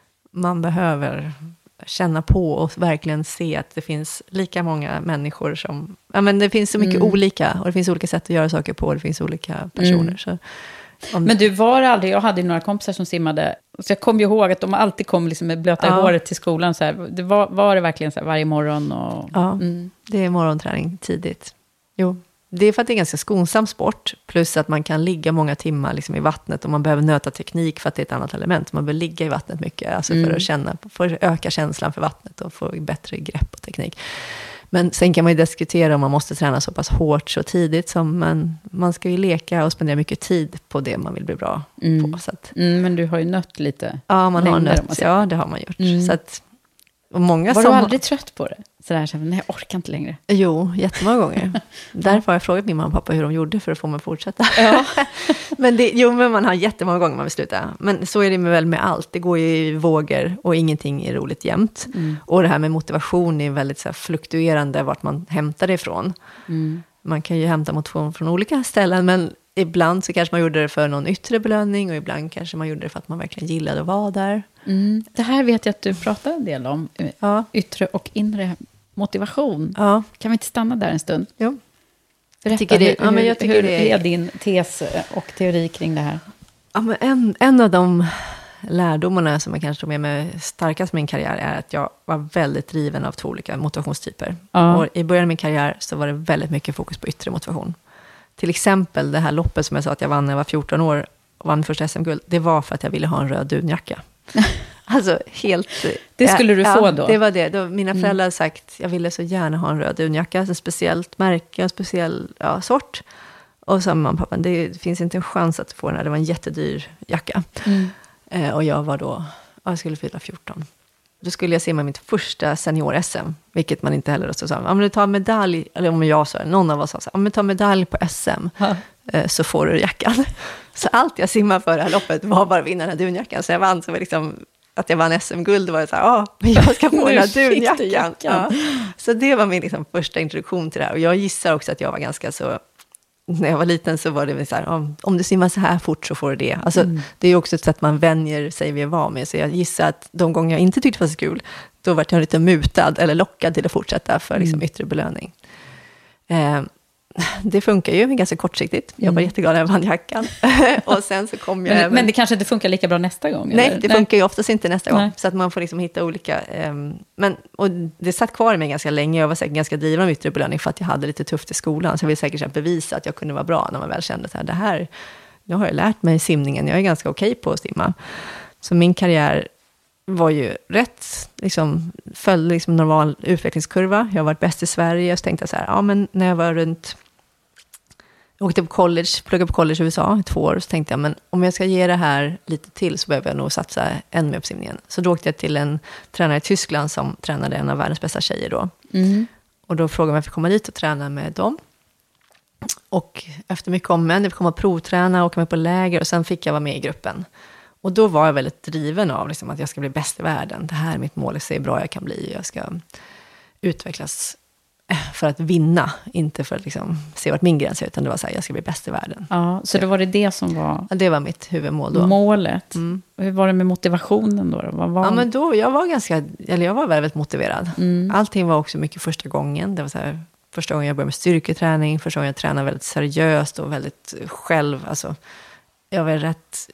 man behöver känna på och verkligen se att det finns lika många människor som... Ja, men det finns så mycket mm. olika, och det finns olika sätt att göra saker på, och det finns olika personer. Mm. Så, om... Men du var aldrig... Jag hade ju några kompisar som simmade, så jag kom ju ihåg att de alltid kom liksom med blöta ja. i håret till skolan. Så här. Det var, var det verkligen så här varje morgon? Och... Ja, mm. det är morgonträning tidigt. Jo. Det är för att det är en ganska skonsam sport, plus att man kan ligga många timmar liksom i vattnet, och man behöver nöta teknik för att det är ett annat element. Man behöver ligga i vattnet mycket, alltså för mm. att känna, för att öka känslan för vattnet och få bättre grepp och teknik. Men sen kan man ju diskutera om man måste träna så pass hårt så tidigt, som man, man ska ju leka och spendera mycket tid på det man vill bli bra mm. på. Så att, mm, men du har ju nött lite. Ja, man har nött, ja det har man gjort. Mm. Så att, och många var som du aldrig trött på det? Sådär, så nej, jag orkar inte längre. Jo, jättemånga gånger. Därför har jag frågat min mamma och pappa hur de gjorde för att få mig att fortsätta. Ja. men det, jo, men man har jättemånga gånger man vill sluta. Men så är det väl med allt. Det går ju i vågor och ingenting är roligt jämt. Mm. Och det här med motivation är väldigt så här, fluktuerande vart man hämtar det ifrån. Mm. Man kan ju hämta motivation från olika ställen, men ibland så kanske man gjorde det för någon yttre belöning, och ibland kanske man gjorde det för att man verkligen gillade att vara där. Mm. Det här vet jag att du pratar en del om. Ja. Yttre och inre motivation. Ja. Kan vi inte stanna där en stund? Jo. Berätta, tycker det, hur, ja, men jag tycker hur det är din tes och teori kring det här? Ja, men en, en av de lärdomarna som jag kanske tog med mig starkast med min karriär är att jag var väldigt driven av två olika motivationstyper. Ja. Och i början av min karriär så var det väldigt mycket fokus på yttre motivation. Till exempel det här loppet som jag sa att jag vann när jag var fjorton år och vann första S M-guld. Det var för att jag ville ha en röd dunjacka. Alltså helt... Det skulle du få då? Ja, det var det. Då mina föräldrar hade sagt jag ville så gärna ha en röd dunjacka. En speciellt märke, en speciell ja, sort. Och så sa mamma och pappa, det finns inte en chans att få den här. Det var en jättedyr jacka. Mm. Eh, och jag var då, ja, jag skulle fylla fjorton. Då skulle jag simma mitt första senior-S M. Vilket man inte heller så sa. Om du tar medalj, eller om jag sa, någon av oss sa så, om du tar medalj på S M eh, så får du jackan. Så allt jag simmade för det här loppet var bara vinna den här dunjackan. Så jag vann, så var liksom, att jag vann S M-guld, var det så här, ja, men jag ska få den här dunjackan. Ja. Så det var min liksom, första introduktion till det här. Och jag gissar också att jag var ganska så, när jag var liten så var det så här, om, om du simmar så här fort så får du det. Alltså, mm. det är också ett sätt att man vänjer sig vid att vara med. Så jag gissar att de gånger jag inte tyckte det var så kul, då var jag lite mutad eller lockad till att fortsätta för liksom, yttre belöning. Eh, det funkar ju ganska kortsiktigt. Jag var mm. jätteglad när jag vann jackan. Och sen så kom jag men, även... men det kanske inte funkar lika bra nästa gång? Nej, eller? det funkar ju oftast inte nästa Nej. gång. Så att man får liksom hitta olika... Um, men, och det satt kvar i mig ganska länge. Jag var säkert ganska driven av yttre belöning för att jag hade lite tufft i skolan. Så jag ville säkert bevisa att jag kunde vara bra när man väl kände så här, det här... Nu har jag lärt mig simningen. Jag är ganska okej på att simma. Så min karriär var ju rätt, liksom, följde liksom normal utvecklingskurva. Jag har varit bäst i Sverige. Så tänkte jag så här, ja men när jag var runt... Jag åkte på college, pluggade på college i U S A i två år. Så tänkte jag, men om jag ska ge det här lite till så behöver jag nog satsa än mer på simningen. Så då åkte jag till en tränare i Tyskland som tränade en av världens bästa tjejer då. Mm. Och då frågade jag om jag fick komma dit och träna med dem. Och efter mycket om men, jag fick komma och provträna, åka med på läger och sen fick jag vara med i gruppen. Och då var jag väldigt driven av liksom, att jag ska bli bäst i världen. Det här är mitt mål, se hur bra jag kan bli. Jag ska utvecklas för att vinna, inte för att liksom, se vart min gräns är, utan det var så här, jag ska bli bäst i världen. Ja, så det var det det som var... Ja, det var mitt huvudmål då. Målet. Mm. Hur var det med motivationen då? Vad var... Ja, men då, jag var ganska, eller jag var väldigt motiverad. Mm. Allting var också mycket första gången. Det var så här, första gången jag började med styrketräning, första gången jag tränade väldigt seriöst och väldigt själv, alltså, jag var rätt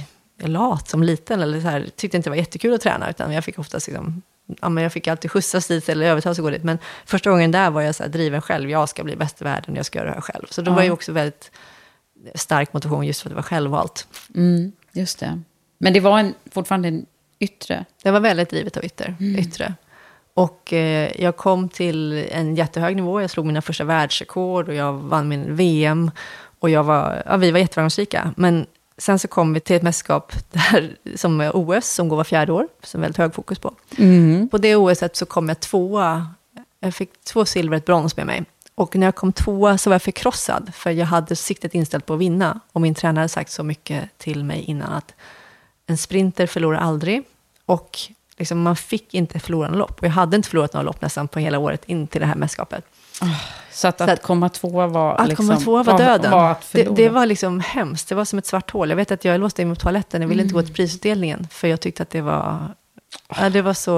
lat som liten, eller så här, tyckte inte det var jättekul att träna, utan jag fick oftast liksom, ja, men jag fick alltid skjutsas dit eller övertas och gå dit, men första gången där var jag så här, driven själv, jag ska bli bäst i världen, jag ska göra det här själv, så då ja. var ju också väldigt stark motivation just för att det var självvalt. Mm, just det. Men det var en, fortfarande en yttre? Det var väldigt drivet av ytter, mm. yttre. Och eh, jag kom till en jättehög nivå, jag slog mina första världsrekord och jag vann min V M och jag var, ja, vi var jätteframgångsrika, men sen så kom vi till ett mästerskap där, som är O S, som går var fjärde år, som är väldigt hög fokus på. Mm. På det O S:et så kom jag tvåa, jag fick två silver och ett brons med mig. Och när jag kom tvåa så var jag förkrossad, för jag hade siktet inställt på att vinna. Och min tränare hade sagt så mycket till mig innan att en sprinter förlorar aldrig. Och liksom, man fick inte förlora något lopp. Och jag hade inte förlorat något lopp nästan på hela året in till det här mästerskapet. Oh, så att, att, att komma tvåa var att liksom, komma tvåa var döden. Var, var det, det var liksom hemskt. Det var som ett svart hål. Jag vet att jag låste in på toaletten. Jag ville mm. inte gå till prisutdelningen. För jag tyckte att det var... Ja, det var så...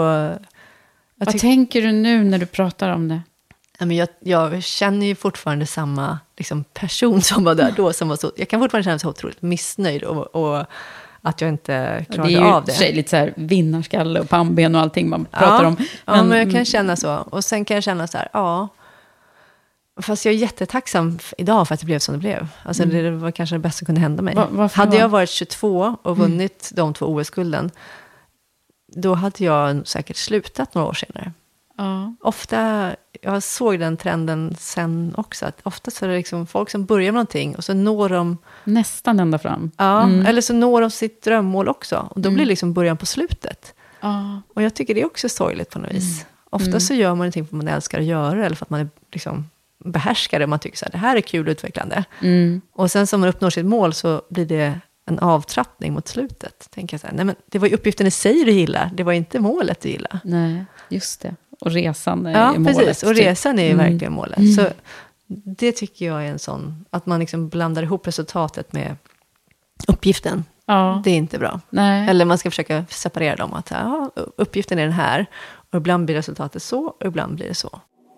Vad tyck- tänker du nu när du pratar om det? Ja, men jag, jag känner ju fortfarande samma liksom, person som var där då. Som var så, jag kan fortfarande känna mig så otroligt missnöjd. Och... och att jag inte klarade av det. Det är ju lite så här vinnarskalle och pannben och allting man pratar ja, om. Men, ja, men jag kan känna så. Och sen kan jag känna så här, ja. Fast jag är jättetacksam idag för att det blev som det blev. Alltså mm. det var kanske det bästa som kunde hända mig. Va, hade jag varit tjugotvå och vunnit mm. de två O S-gulden, då hade jag säkert slutat några år senare. Ja. Ofta, jag såg den trenden sen också, att ofta så är det liksom folk som börjar med någonting och så når de... Nästan ända fram. Ja, mm. eller så når de sitt drömmål också. Och då mm. blir det liksom början på slutet. Ja. Och jag tycker det är också sorgligt på något vis. Mm. Ofta mm. så gör man någonting för att man älskar att göra, eller för att man är liksom behärskar det. Man tycker så här, det här är kul och utvecklande. Mm. Och sen som man uppnår sitt mål så blir det en avtrappning mot slutet. Tänker jag så här, nej men det var ju uppgiften i sig du gillar. Det var inte målet du gillar. Nej, just det. Och resan är ja, ju målet. Ja, precis. Och resan är ju mm. verkligen målet. Mm. Så det tycker jag är en sån... Att man liksom blandar ihop resultatet med uppgiften. Ja. Det är inte bra. Nej. Eller man ska försöka separera dem. Att ja, uppgiften är den här. Och ibland blir resultatet så. Och ibland blir det så.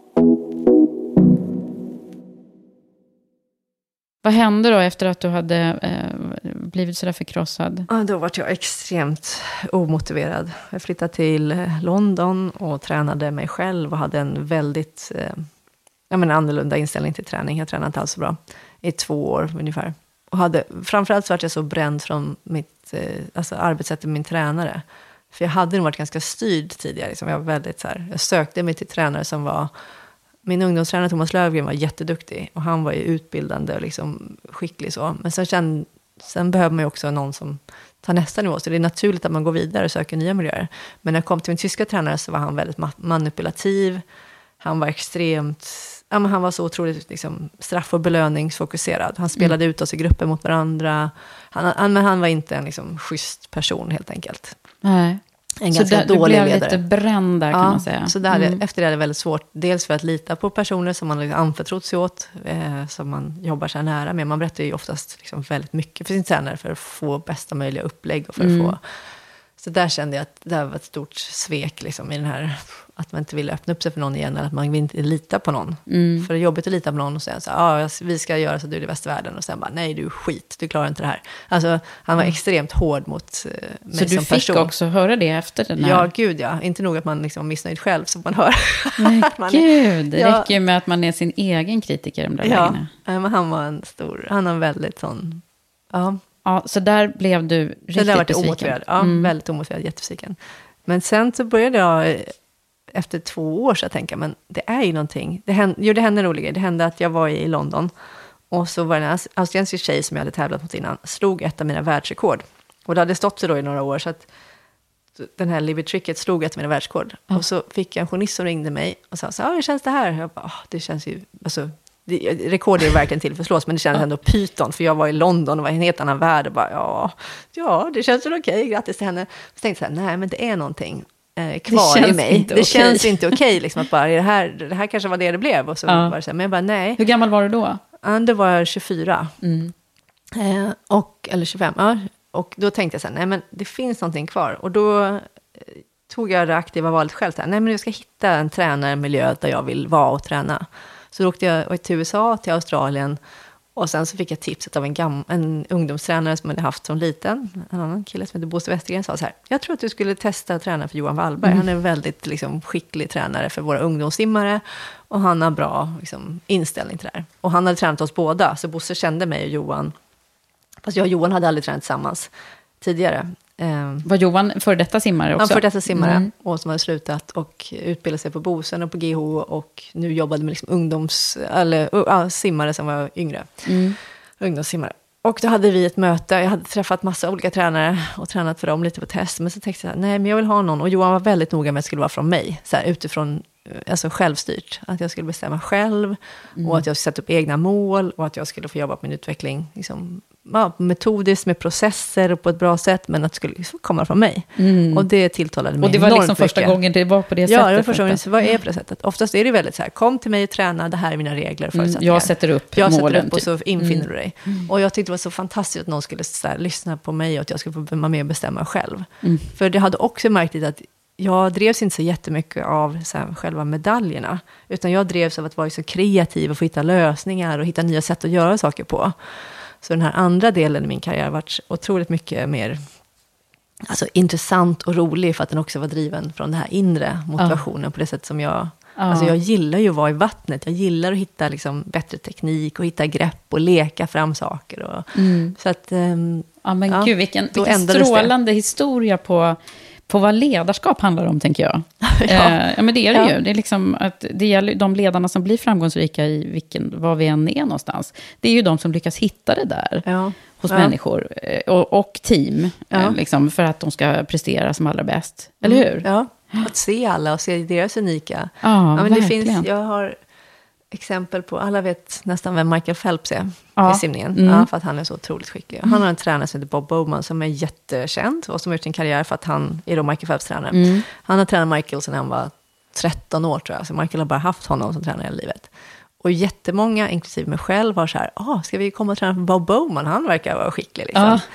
Vad hände då efter att du hade eh, blivit sådär förkrossad? Ja, då var jag extremt omotiverad. Jag flyttade till London och tränade mig själv och hade en väldigt eh, jag menar, annorlunda inställning till träning. Jag tränade inte alls så bra i två år ungefär. Och hade, framförallt så var jag så bränd från mitt eh, alltså arbetssätt med min tränare. För jag hade nog varit ganska styrd tidigare. Liksom. Jag, var väldigt, så här, jag sökte mig till tränare som var... Min ungdomstränare Thomas Lövgren var jätteduktig. Och han var ju utbildande och liksom skicklig så. Men sen, sen, sen behöver man ju också någon som tar nästa nivå. Så det är naturligt att man går vidare och söker nya miljöer. Men när jag kom till min tyska tränare så var han väldigt manipulativ. Han var extremt... Ja, men han var så otroligt liksom, straff- och belöningsfokuserad. Han spelade mm. ut oss i grupper mot varandra. Han, han, men han var inte en liksom, schysst person helt enkelt. Nej. En så ganska där, dålig du blev ledare. Lite bränd där, kan ja, man säga. Så där, mm. efter det är det väldigt svårt. Dels för att lita på personer som man liksom anförtrott sig åt. Eh, som man jobbar så här nära med. Man berättar ju oftast liksom väldigt mycket för sin tränare. För att få bästa möjliga upplägg. Och för mm. att få Så där kände jag att det var ett stort svek liksom, i den här, att man inte vill öppna upp sig för någon igen, eller att man vill inte lita på någon. Mm. För det är jobbigt att lita på någon och säga så här, ja, vi ska göra så, du är i västvärlden, och sen bara, nej, du är skit, du klarar inte det här. Alltså, han var mm. extremt hård mot uh, mig som person. Så du fick också höra det efter den här? Ja, gud ja. Inte nog att man liksom var missnöjd själv, så man hör. Men man gud, det ja, räcker ju med att man är sin egen kritiker de där ja, lägena. Ja, men han var en stor, han har väldigt sån, ja. Ja, så där blev du riktigt så där var det omotiverad. Ja, mm. väldigt omotiverad, jättebesviken. Men sen så började jag, efter två år så jag tänka, men det är ju någonting. Det hände, jo, det hände en rolig grej. Det hände att jag var i London, och så var det en australiensisk tjej som jag hade tävlat mot innan, slog ett av mina världsrekord. Och det hade stått så då i några år, så att den här Libby Tricket slog ett av mina världsrekord. Mm. Och så fick jag en journalist som ringde mig och sa så här, hur känns det här? Jag bara, det känns ju, alltså, det, rekord är verkligen till för slås, men det kändes ändå pyton, för jag var i London och var i en helt annan värld och bara, ja, ja det känns väl okej, grattis till henne. Så tänkte jag så här, nej, men det är någonting eh, kvar i mig. Det okej. känns inte okej, liksom, att bara, det här, det här kanske var det det blev. Och så ja. var det så här, men jag bara, nej. Hur gammal var du då? Ja, då var jag tjugofyra. Mm. Eh, och, eller tjugofem, ja. Och då tänkte jag så här, nej, men det finns någonting kvar. Och då eh, tog jag det aktiva valet själv. Så här, nej, men jag ska hitta en tränarmiljö där jag vill vara och träna. Så då åkte jag till U S A, till Australien, och sen så fick jag tipset av en, gam- en ungdomstränare som jag hade haft som liten, en annan kille som heter Bosse Westergren, sa så här, jag tror att du skulle testa att träna för Johan Wallberg. Mm. Han är en väldigt liksom, skicklig tränare för våra ungdomssimmare, och han har bra liksom, inställning till det här. Och han hade tränat oss båda, så Bosse kände mig och Johan, fast jag och Johan hade aldrig tränat tillsammans tidigare. Var Johan för detta simmare också? Han för detta simmare, mm. och som hade slutat och utbildade sig på Bosen och på G H, och nu jobbade med liksom ungdoms, eller ja, simmare som var yngre. Mm. Ungdomssimmare. Och då hade vi ett möte, jag hade träffat massa olika tränare och tränat för dem lite på test, men så tänkte jag, nej, men jag vill ha någon, och Johan var väldigt noga med att det skulle vara från mig, så här, utifrån, alltså självstyrt, att jag skulle bestämma själv, mm. och att jag skulle sätta upp egna mål, och att jag skulle få jobba på min utveckling liksom, ja, metodiskt med processer och på ett bra sätt, men att det skulle komma från mig. Mm. Och det tilltalade mig. Och det var liksom första mycket. gången det var på det ja, sättet? Ja, det var första gången det var är på det sättet. Oftast är det väldigt så här, kom till mig och träna, det här är mina regler. Mm, jag sätter upp jag målen. Jag sätter upp och så infinner mm. du dig. Mm. Och jag tyckte det var så fantastiskt att någon skulle så här, lyssna på mig, och att jag skulle få vara med och bestämma själv. Mm. För det hade också märkt att jag drevs inte så jättemycket av så här, själva medaljerna, utan jag drevs av att vara så kreativ och få hitta lösningar och hitta nya sätt att göra saker på. Så den här andra delen i min karriär har varit otroligt mycket mer alltså, intressant och rolig, för att den också var driven från den här inre motivationen ja. på det sätt som jag... Ja. Alltså jag gillar ju att vara i vattnet. Jag gillar att hitta liksom, bättre teknik och hitta grepp och leka fram saker. Och, mm. så att, um, ja, men ja, gud, vilken, vilken strålande det. historia på... på vad ledarskap handlar om, tänker jag. ja. Eh, ja, men det är det ja. ju. Det är liksom att det gäller de ledarna som blir framgångsrika i vilken, var vi än är någonstans. Det är ju de som lyckas hitta det där ja. hos ja. människor och, och team. Ja. Eh, liksom, för att de ska prestera som allra bäst. Eller hur? Mm. Ja, att se alla och se deras unika. Ja, ja men det finns, jag har exempel på, alla vet nästan vem Michael Phelps är ja. i simningen. Mm. Ja, för att han är så otroligt skicklig. Han har en tränare som heter Bob Bowman som är jättekänd och som har gjort sin karriär för att han är då Michael Phelps tränare. Mm. Han har tränat Michael sedan han var tretton år tror jag. Så Michael har bara haft honom som tränare hela livet. Och jättemånga, inklusive mig själv, var så här, ah, ska vi komma och träna för Bob Bowman? Han verkar vara skicklig liksom. Ja.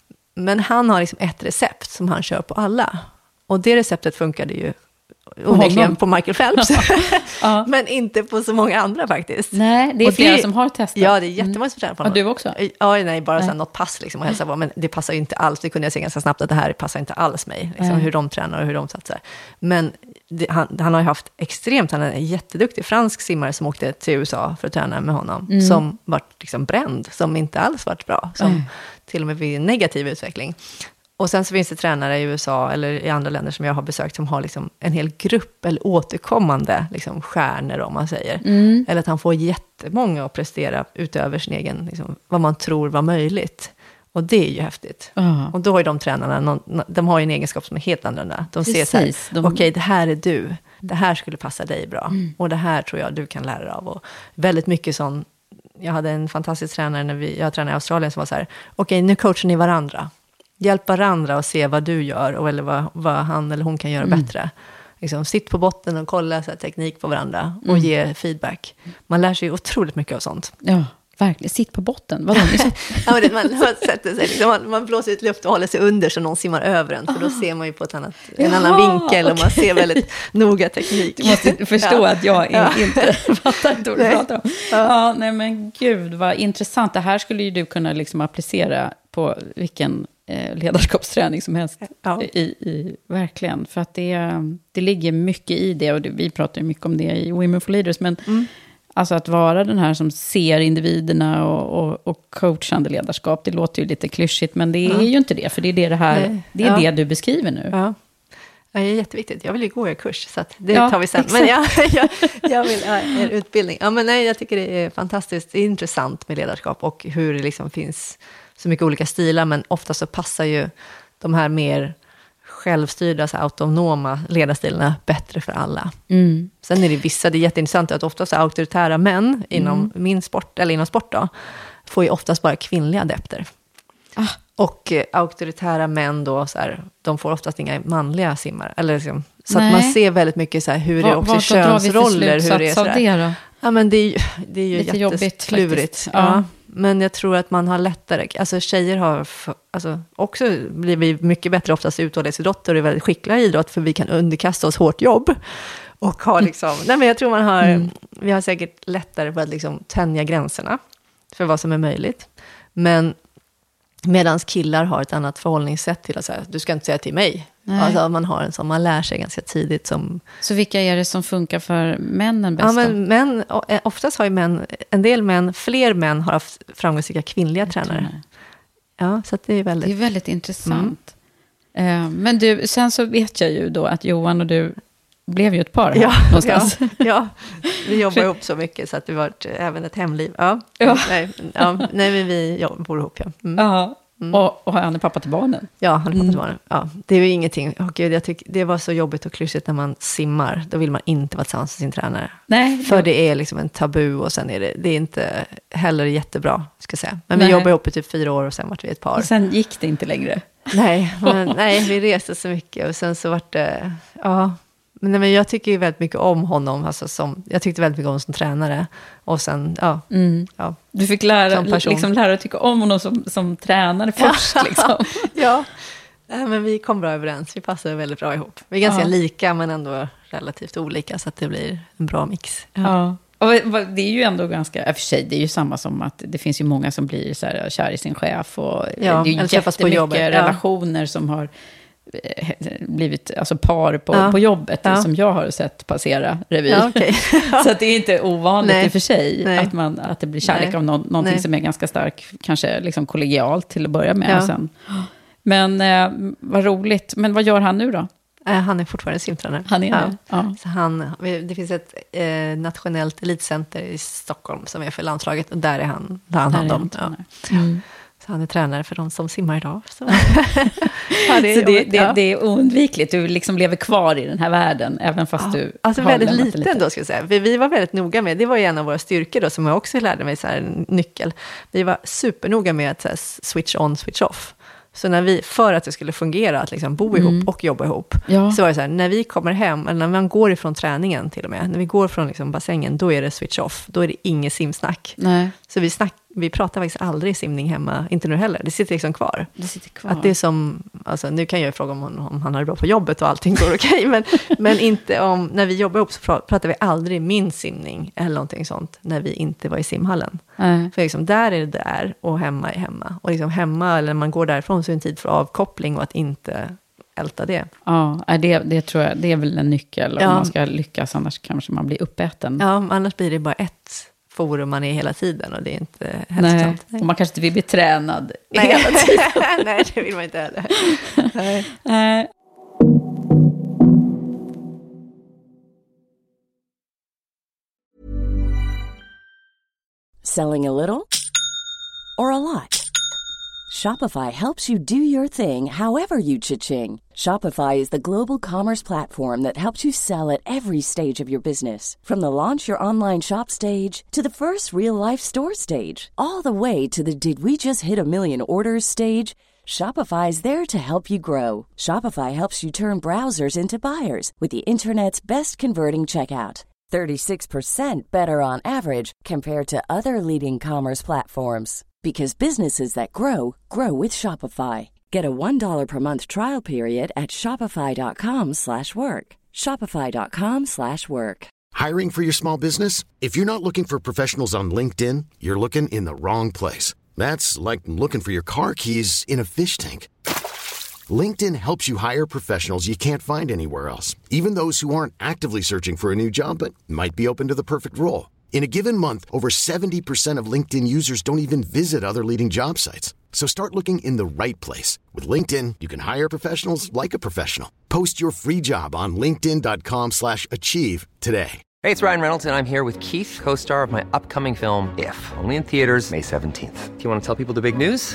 Men han har liksom ett recept som han kör på alla. Och det receptet funkade ju onekligen på Michael Phelps. ja. Men inte på så många andra faktiskt. Nej, det är och flera det, som har testat. Ja, det är jättemånga som tränar på honom. Ja, du också? Ja, nej, bara nej. Så något pass liksom och hälsa på. Men det passar ju inte alls. Det kunde jag se ganska snabbt att det här passar inte alls mig. Liksom, hur de tränar och hur de satsar. Men det, han, han har ju haft extremt, han är en jätteduktig fransk simmare som åkte till U S A för att träna med honom. Mm. Som var liksom bränd, som inte alls varit bra. Som mm. till och med vid negativ utveckling. Och sen så finns det tränare i U S A eller i andra länder som jag har besökt som har liksom en hel grupp eller återkommande liksom stjärnor om man säger. Mm. Eller att han får jättemånga att prestera utöver sin egen, liksom, vad man tror var möjligt. Och det är ju häftigt. Uh. Och då har ju de tränarna, någon, de har ju en egenskap som är helt annorlunda. De Precis, ser så här, de... okej okay, det här är du. Det här skulle passa dig bra. Mm. Och det här tror jag du kan lära dig av. Och väldigt mycket sån, jag hade en fantastisk tränare när vi, jag tränade i Australien som var så här, okej okay, nu coachar ni varandra. Hjälp varandra och se vad du gör och eller vad, vad han eller hon kan göra mm. bättre. Liksom, sitt på botten och kolla så här, teknik på varandra och mm. ge feedback. Man lär sig otroligt mycket av sånt. Ja. Verkligen, sitt på botten. Vadå? Ja, men det, man, man, sätter sig, liksom, man, man blåser ut luft och håller sig under så någon simmar över en. För då ser man ju på ett annat, en Jaha, annan vinkel okay. Och man ser väldigt noga teknik. Du måste förstå ja. att jag ja. inte fattar inte vad du pratar om. Ja. Ja, nej men gud vad intressant. Det här skulle ju du kunna liksom applicera på vilken eh, ledarskapsträning som helst. Ja. I, i, verkligen. För att det, det ligger mycket i det. Och det, vi pratar ju mycket om det i Women for Leaders. Men mm. alltså att vara den här som ser individerna och, och, och coachande ledarskap, det låter ju lite klyschigt, men det är ja. ju inte det, för det är det, det här, Nej. det, är ja. det du beskriver nu. Ja. Ja, det är jätteviktigt. Jag vill ju gå er kurs, så att det ja, tar vi sen. Exakt. Men jag, jag, jag vill ha er utbildning. Ja, men nej, jag tycker det är fantastiskt det är intressant med ledarskap och hur det liksom finns så mycket olika stilar, men ofta så passar ju de här mer självstyrda, så autonoma ledarstilarna bättre för alla. Mm. Sen är det vissa, det är jätteintressant att oftast auktoritära män inom mm. min sport, eller inom sport då, får ju oftast bara kvinnliga adepter. Ah. Och eh, auktoritära män då, så här, de får oftast inga manliga simmare. Eller liksom, så att man ser väldigt mycket så här, hur Va, det är också könsroller. Hur det är så av det då? Ja, men det är ju, det är ju jätteklurigt. Ja. Ja. Men jag tror att man har lättare, alltså tjejer har för, alltså, också blivit mycket bättre oftast uthållighetsidrotter och är väldigt skickliga i idrott, för vi kan underkasta oss hårt jobb och ha liksom, nej men jag tror man har, mm. vi har säkert lättare på att liksom tänja gränserna för vad som är möjligt. Men medans killar har ett annat förhållningssätt till att säga, du ska inte säga till mig. Nej. Alltså man har en som man lär sig ganska tidigt. Som... Så vilka är det som funkar för männen bäst? Ja, men män, oftast har ju män, en del män, fler män har haft framgångsrika kvinnliga Jag tränare. Ja, så att det är väldigt... Det är väldigt intressant. Mm. Men du, sen så vet jag ju då att Johan och du blev ju ett par här ja, någonstans. Ja, ja, vi jobbar ihop så mycket så att det var även ett hemliv. Ja, ja. Nej, ja, nej, men vi ja, bor ihop, ja. Mm. Ja. Mm. Och, och han är pappa till barnen. Ja, han är pappa till barnen. Ja, det är ju ingenting. Oh, Gud, jag tycker, det var så jobbigt och klyschigt när man simmar. Då vill man inte vara tillsammans med sin tränare. Nej, För ja. det är liksom en tabu och sen är det, det är inte heller jättebra, ska jag säga. Men nej. vi jobbade ihop i typ fyra år och sen var vi ett par. Och sen gick det inte längre. Nej, men, nej vi reste så mycket och sen så var det, ja... Men, men jag tycker ju väldigt mycket om honom. Alltså som, jag tyckte väldigt mycket om honom som tränare. Och sen, ja. Mm. ja du fick lära, liksom, lära att tycka om honom som, som tränare först. Ja, liksom. ja. ja, men vi kom bra överens. Vi passade väldigt bra ihop. Vi är ganska ja. lika, men ändå relativt olika. Så att det blir en bra mix. Ja. ja. Och det är ju ändå ganska, för sig, det är ju samma som att det finns ju många som blir så här kär i sin chef. Och ja, det är ju jättemycket relationer ja. som har... blivit alltså par på, ja. på jobbet ja. som jag har sett passera revy. Ja, okay. ja. Så att det är inte ovanligt Nej. i och för sig att, man, att det blir kärlek Nej. av någon, någonting Nej. som är ganska stark, kanske liksom kollegialt till att börja med. Ja. Och sen. Men eh, vad roligt. Men vad gör han nu då? Han är fortfarande simtränare. Han är ja. ja. Så han, det finns ett eh, nationellt elitcenter i Stockholm som är för landslaget och där är han, där han hand om. Ja. Mm. Så han är tränare för de som simmar idag. Så, ja, det, är så det, det, ja. det är oundvikligt. Du liksom lever kvar i den här världen, även fast ja. du alltså har väldigt liten lite. Då, ska jag säga. För vi var väldigt noga med, det var ju en av våra styrkor då, som jag också lärde mig, så här, en nyckel. Vi var supernoga med att så här, switch on, switch off. Så när vi, för att det skulle fungera, att liksom bo ihop mm. och jobba ihop, ja. så var det så här, när vi kommer hem, eller när man går ifrån träningen till och med, när vi går från liksom bassängen, då är det switch off, då är det inget simsnack. Nej. Så vi, snack, vi pratar faktiskt aldrig simning hemma, inte nu heller, det sitter liksom kvar. Det sitter kvar. Att det är som, alltså, nu kan jag ju fråga om, om han har det bra på jobbet och allting går okej, men, men inte om, när vi jobbar ihop så pratar vi aldrig min simning, eller någonting sånt, när vi inte var i simhallen. Mm. För liksom, där är det där, och hemma är hemma. Och liksom hemma, eller när man går därifrån, så är det en tid för avkoppling och att inte älta det. Ja, det, det tror jag, det är väl en nyckel ja. om man ska lyckas, annars kanske man blir uppäten. Ja, annars blir det bara ett forum man är hela tiden, och det är inte hälsosamt. Nej, och man kanske inte vill bli tränad Nej. hela tiden. Nej, det vill man inte heller. Nej. Selling a little or a lot? Shopify helps you do your thing however you cha-ching. Shopify is the global commerce platform that helps you sell at every stage of your business. From the launch your online shop stage to the first real-life store stage, all the way to the did we just hit a million orders stage. Shopify is there to help you grow. Shopify helps you turn browsers into buyers with the internet's best converting checkout. thirty-six percent better on average compared to other leading commerce platforms. Because businesses that grow, grow with Shopify. Get a one dollar per month trial period at shopify.com slash work. Shopify.com slash work. Hiring for your small business? If you're not looking for professionals on LinkedIn, you're looking in the wrong place. That's like looking for your car keys in a fish tank. LinkedIn helps you hire professionals you can't find anywhere else, even those who aren't actively searching for a new job but might be open to the perfect role. In a given month, over seventy percent of LinkedIn users don't even visit other leading job sites. So start looking in the right place. With LinkedIn, you can hire professionals like a professional. Post your free job on linkedin.com slash achieve today. Hey, it's Ryan Reynolds, and I'm here with Keith, co-star of my upcoming film, If, only in theaters May seventeenth. Do you want to tell people the big news?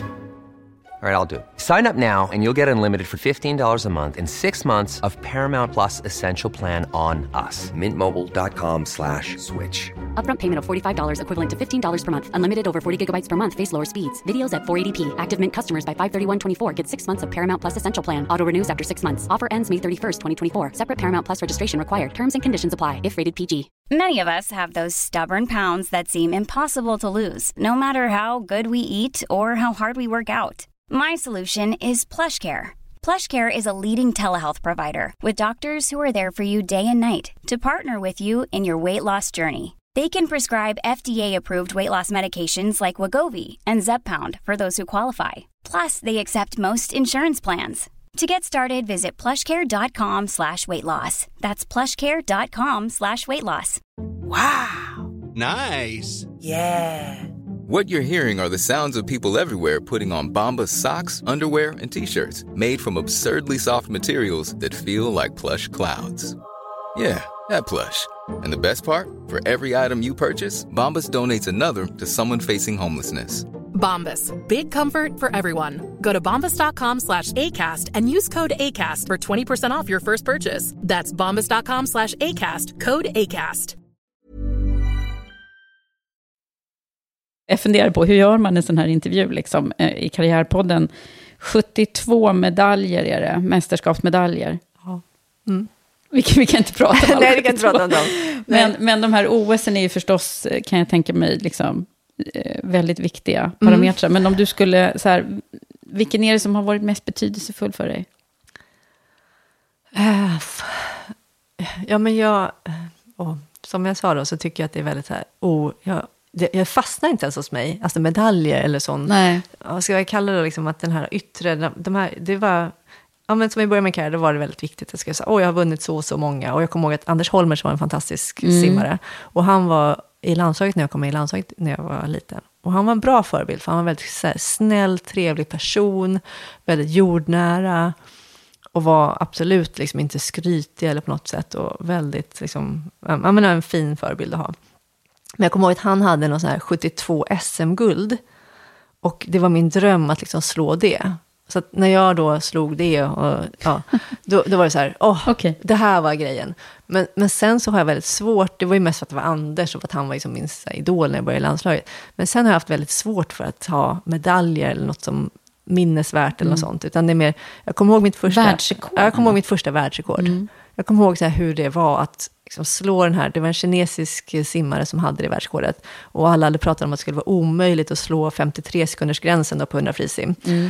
All right, I'll do it. Sign up now and you'll get unlimited for fifteen dollars a month and six months of Paramount Plus Essential Plan on us. Mint Mobile dot com slash switch. Upfront payment of forty-five dollars equivalent to fifteen dollars per month. Unlimited over forty gigabytes per month. Face lower speeds. Videos at four eighty p. Active Mint customers by five thirty-one twenty-four get six months of Paramount Plus Essential Plan. Auto renews after six months. Offer ends May thirty-first, twenty twenty-four. Separate Paramount Plus registration required. Terms and conditions apply if rated P G. Many of us have those stubborn pounds that seem impossible to lose, no matter how good we eat or how hard we work out. My solution is PlushCare. PlushCare is a leading telehealth provider with doctors who are there for you day and night to partner with you in your weight loss journey. They can prescribe F D A-approved weight loss medications like Wegovy and Zepbound for those who qualify. Plus, they accept most insurance plans. To get started, visit plushcare.com slash weight loss. That's plushcare.com slash weight loss. Wow. Nice. Yeah. What you're hearing are the sounds of people everywhere putting on Bombas socks, underwear, and T-shirts made from absurdly soft materials that feel like plush clouds. Yeah, that plush. And the best part? For every item you purchase, Bombas donates another to someone facing homelessness. Bombas, big comfort for everyone. Go to bombas.com slash ACAST and use code ACAST for twenty percent off your first purchase. That's bombas.com slash ACAST, code ACAST. Jag funderar på, hur gör man en sån här intervju liksom, i Karriärpodden? sjuttiotvå medaljer är det, mästerskapsmedaljer. Ja. Mm. Vi, kan, vi kan inte prata om alla. Nej, vi kan inte prata om dem. Men, men de här O S är ju förstås, kan jag tänka mig, liksom, väldigt viktiga parametrar. Mm. Men om du skulle, så här, vilken är det som har varit mest betydelsefull för dig? Uh, ja, men jag, oh, som jag sa då, så tycker jag att det är väldigt så här, oh, jag, det, jag fastnar inte ens hos mig, alltså medaljer eller sånt. Nej. Vad ska jag kalla det liksom, att den här yttre, de här, det var, ja, men som i början med karriär, då var det väldigt viktigt. Jag ska säga, åh, jag har vunnit så och så många. Och jag kommer ihåg att Anders Holmer var en fantastisk mm. simmare. Och han var i landslaget när jag kom med i landslaget när jag var liten. Och han var en bra förebild, för han var en väldigt så här, snäll, trevlig person, väldigt jordnära. Och var absolut liksom inte skrytig eller på något sätt. Och väldigt, liksom, jag menar, en fin förebild att ha. Men jag kommer ihåg att han hade någon sån här sjuttiotvå S M-guld. Och det var min dröm att liksom slå det. Så att när jag då slog det, och, ja, då, då var det så här, åh, okay. Det här var grejen. Men, men sen så har jag väldigt svårt, det var ju mest för att det var Anders och för att han var liksom min så här, idol när jag började i landslaget. Men sen har jag haft väldigt svårt för att ha medaljer eller något som minnesvärt eller mm. något sånt. Utan det är mer, jag kommer ihåg mitt första världsrekord. Jag kommer ihåg mitt första världsrekord. Mm. Jag kommer ihåg så här, hur det var att liksom slå den här, det var en kinesisk simmare som hade det världsrekordet. Och alla hade pratat om att det skulle vara omöjligt att slå femtiotre sekunders gränsen då på hundra frisim. Mm.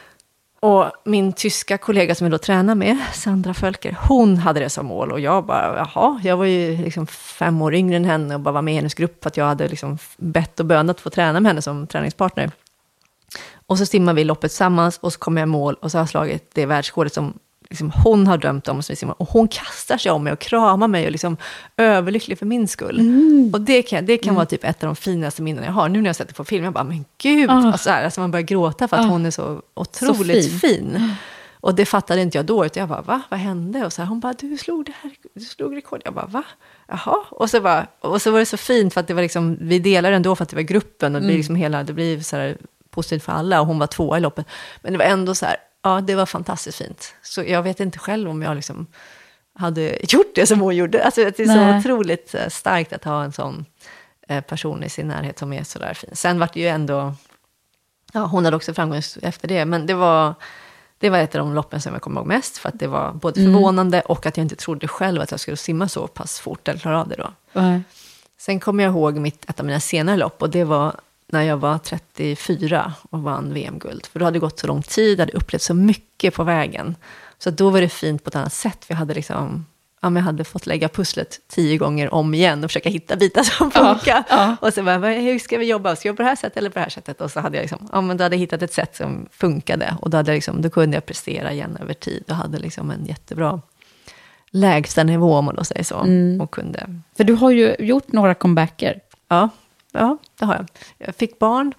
Och min tyska kollega som jag då tränar med, Sandra Völker, hon hade det som mål. Och jag bara, jaha, jag var ju liksom fem år yngre än henne och bara var med i hennes grupp för att jag hade liksom bett och bönat att få träna med henne som träningspartner. Och så simmar vi loppet tillsammans och så kommer jag i mål och så har jag slagit det världsrekordet som liksom hon har drömt om. Och hon kastar sig om mig och kramar mig och liksom överlycklig för min skull. Mm. Och det kan, det kan mm. vara typ ett av de finaste minnen jag har. Nu när jag sett det på film, jag bara, men gud. Oh. Och så här, alltså man börjar gråta för att oh. hon är så otroligt så fin. fin. Och det fattade inte jag då. Utan jag bara, va? Vad hände? Och så här, hon bara, du slog det här, du slog rekord. Jag bara, va? Jaha. Och så, bara, och så var det så fint för att det var liksom, vi delade ändå för att det var gruppen. Och det, mm. blir liksom hela, det blir så här positivt för alla. Och hon var tvåa i loppet. Men det var ändå så här, ja, det var fantastiskt fint. Så jag vet inte själv om jag liksom hade gjort det som hon gjorde. Alltså det är Nej. så otroligt starkt att ha en sån person i sin närhet som är så där fin. Sen var det ju ändå, ja, hon hade också framgång efter det. Men det var, Det var ett av de loppen som jag kommer ihåg mest, för att det var både förvånande och att jag inte trodde själv att jag skulle simma så pass fort eller klara av det då. Mm. Sen kommer jag ihåg mitt, ett av mina senare lopp, och det var när jag var trettiofyra och vann V M-guld. För då hade det gått så lång tid, hade upplevt så mycket på vägen. Så då var det fint på ett annat sätt. Vi hade liksom, ja, men jag hade fått lägga pusslet tio gånger om igen och försöka hitta bitar som funkar. Ja, ja. Och så bara, hur ska vi jobba? Ska jag jobba på det här sättet eller på det här sättet? Och så hade jag liksom, ja, men då hade jag hittat ett sätt som funkade. Och då, hade jag liksom, då kunde jag prestera igen över tid. Och hade liksom en jättebra lägsta nivå, om man då säger så. Mm. Och kunde... För du har ju gjort några comebacker. Ja, ja, det har jag. Jag fick barn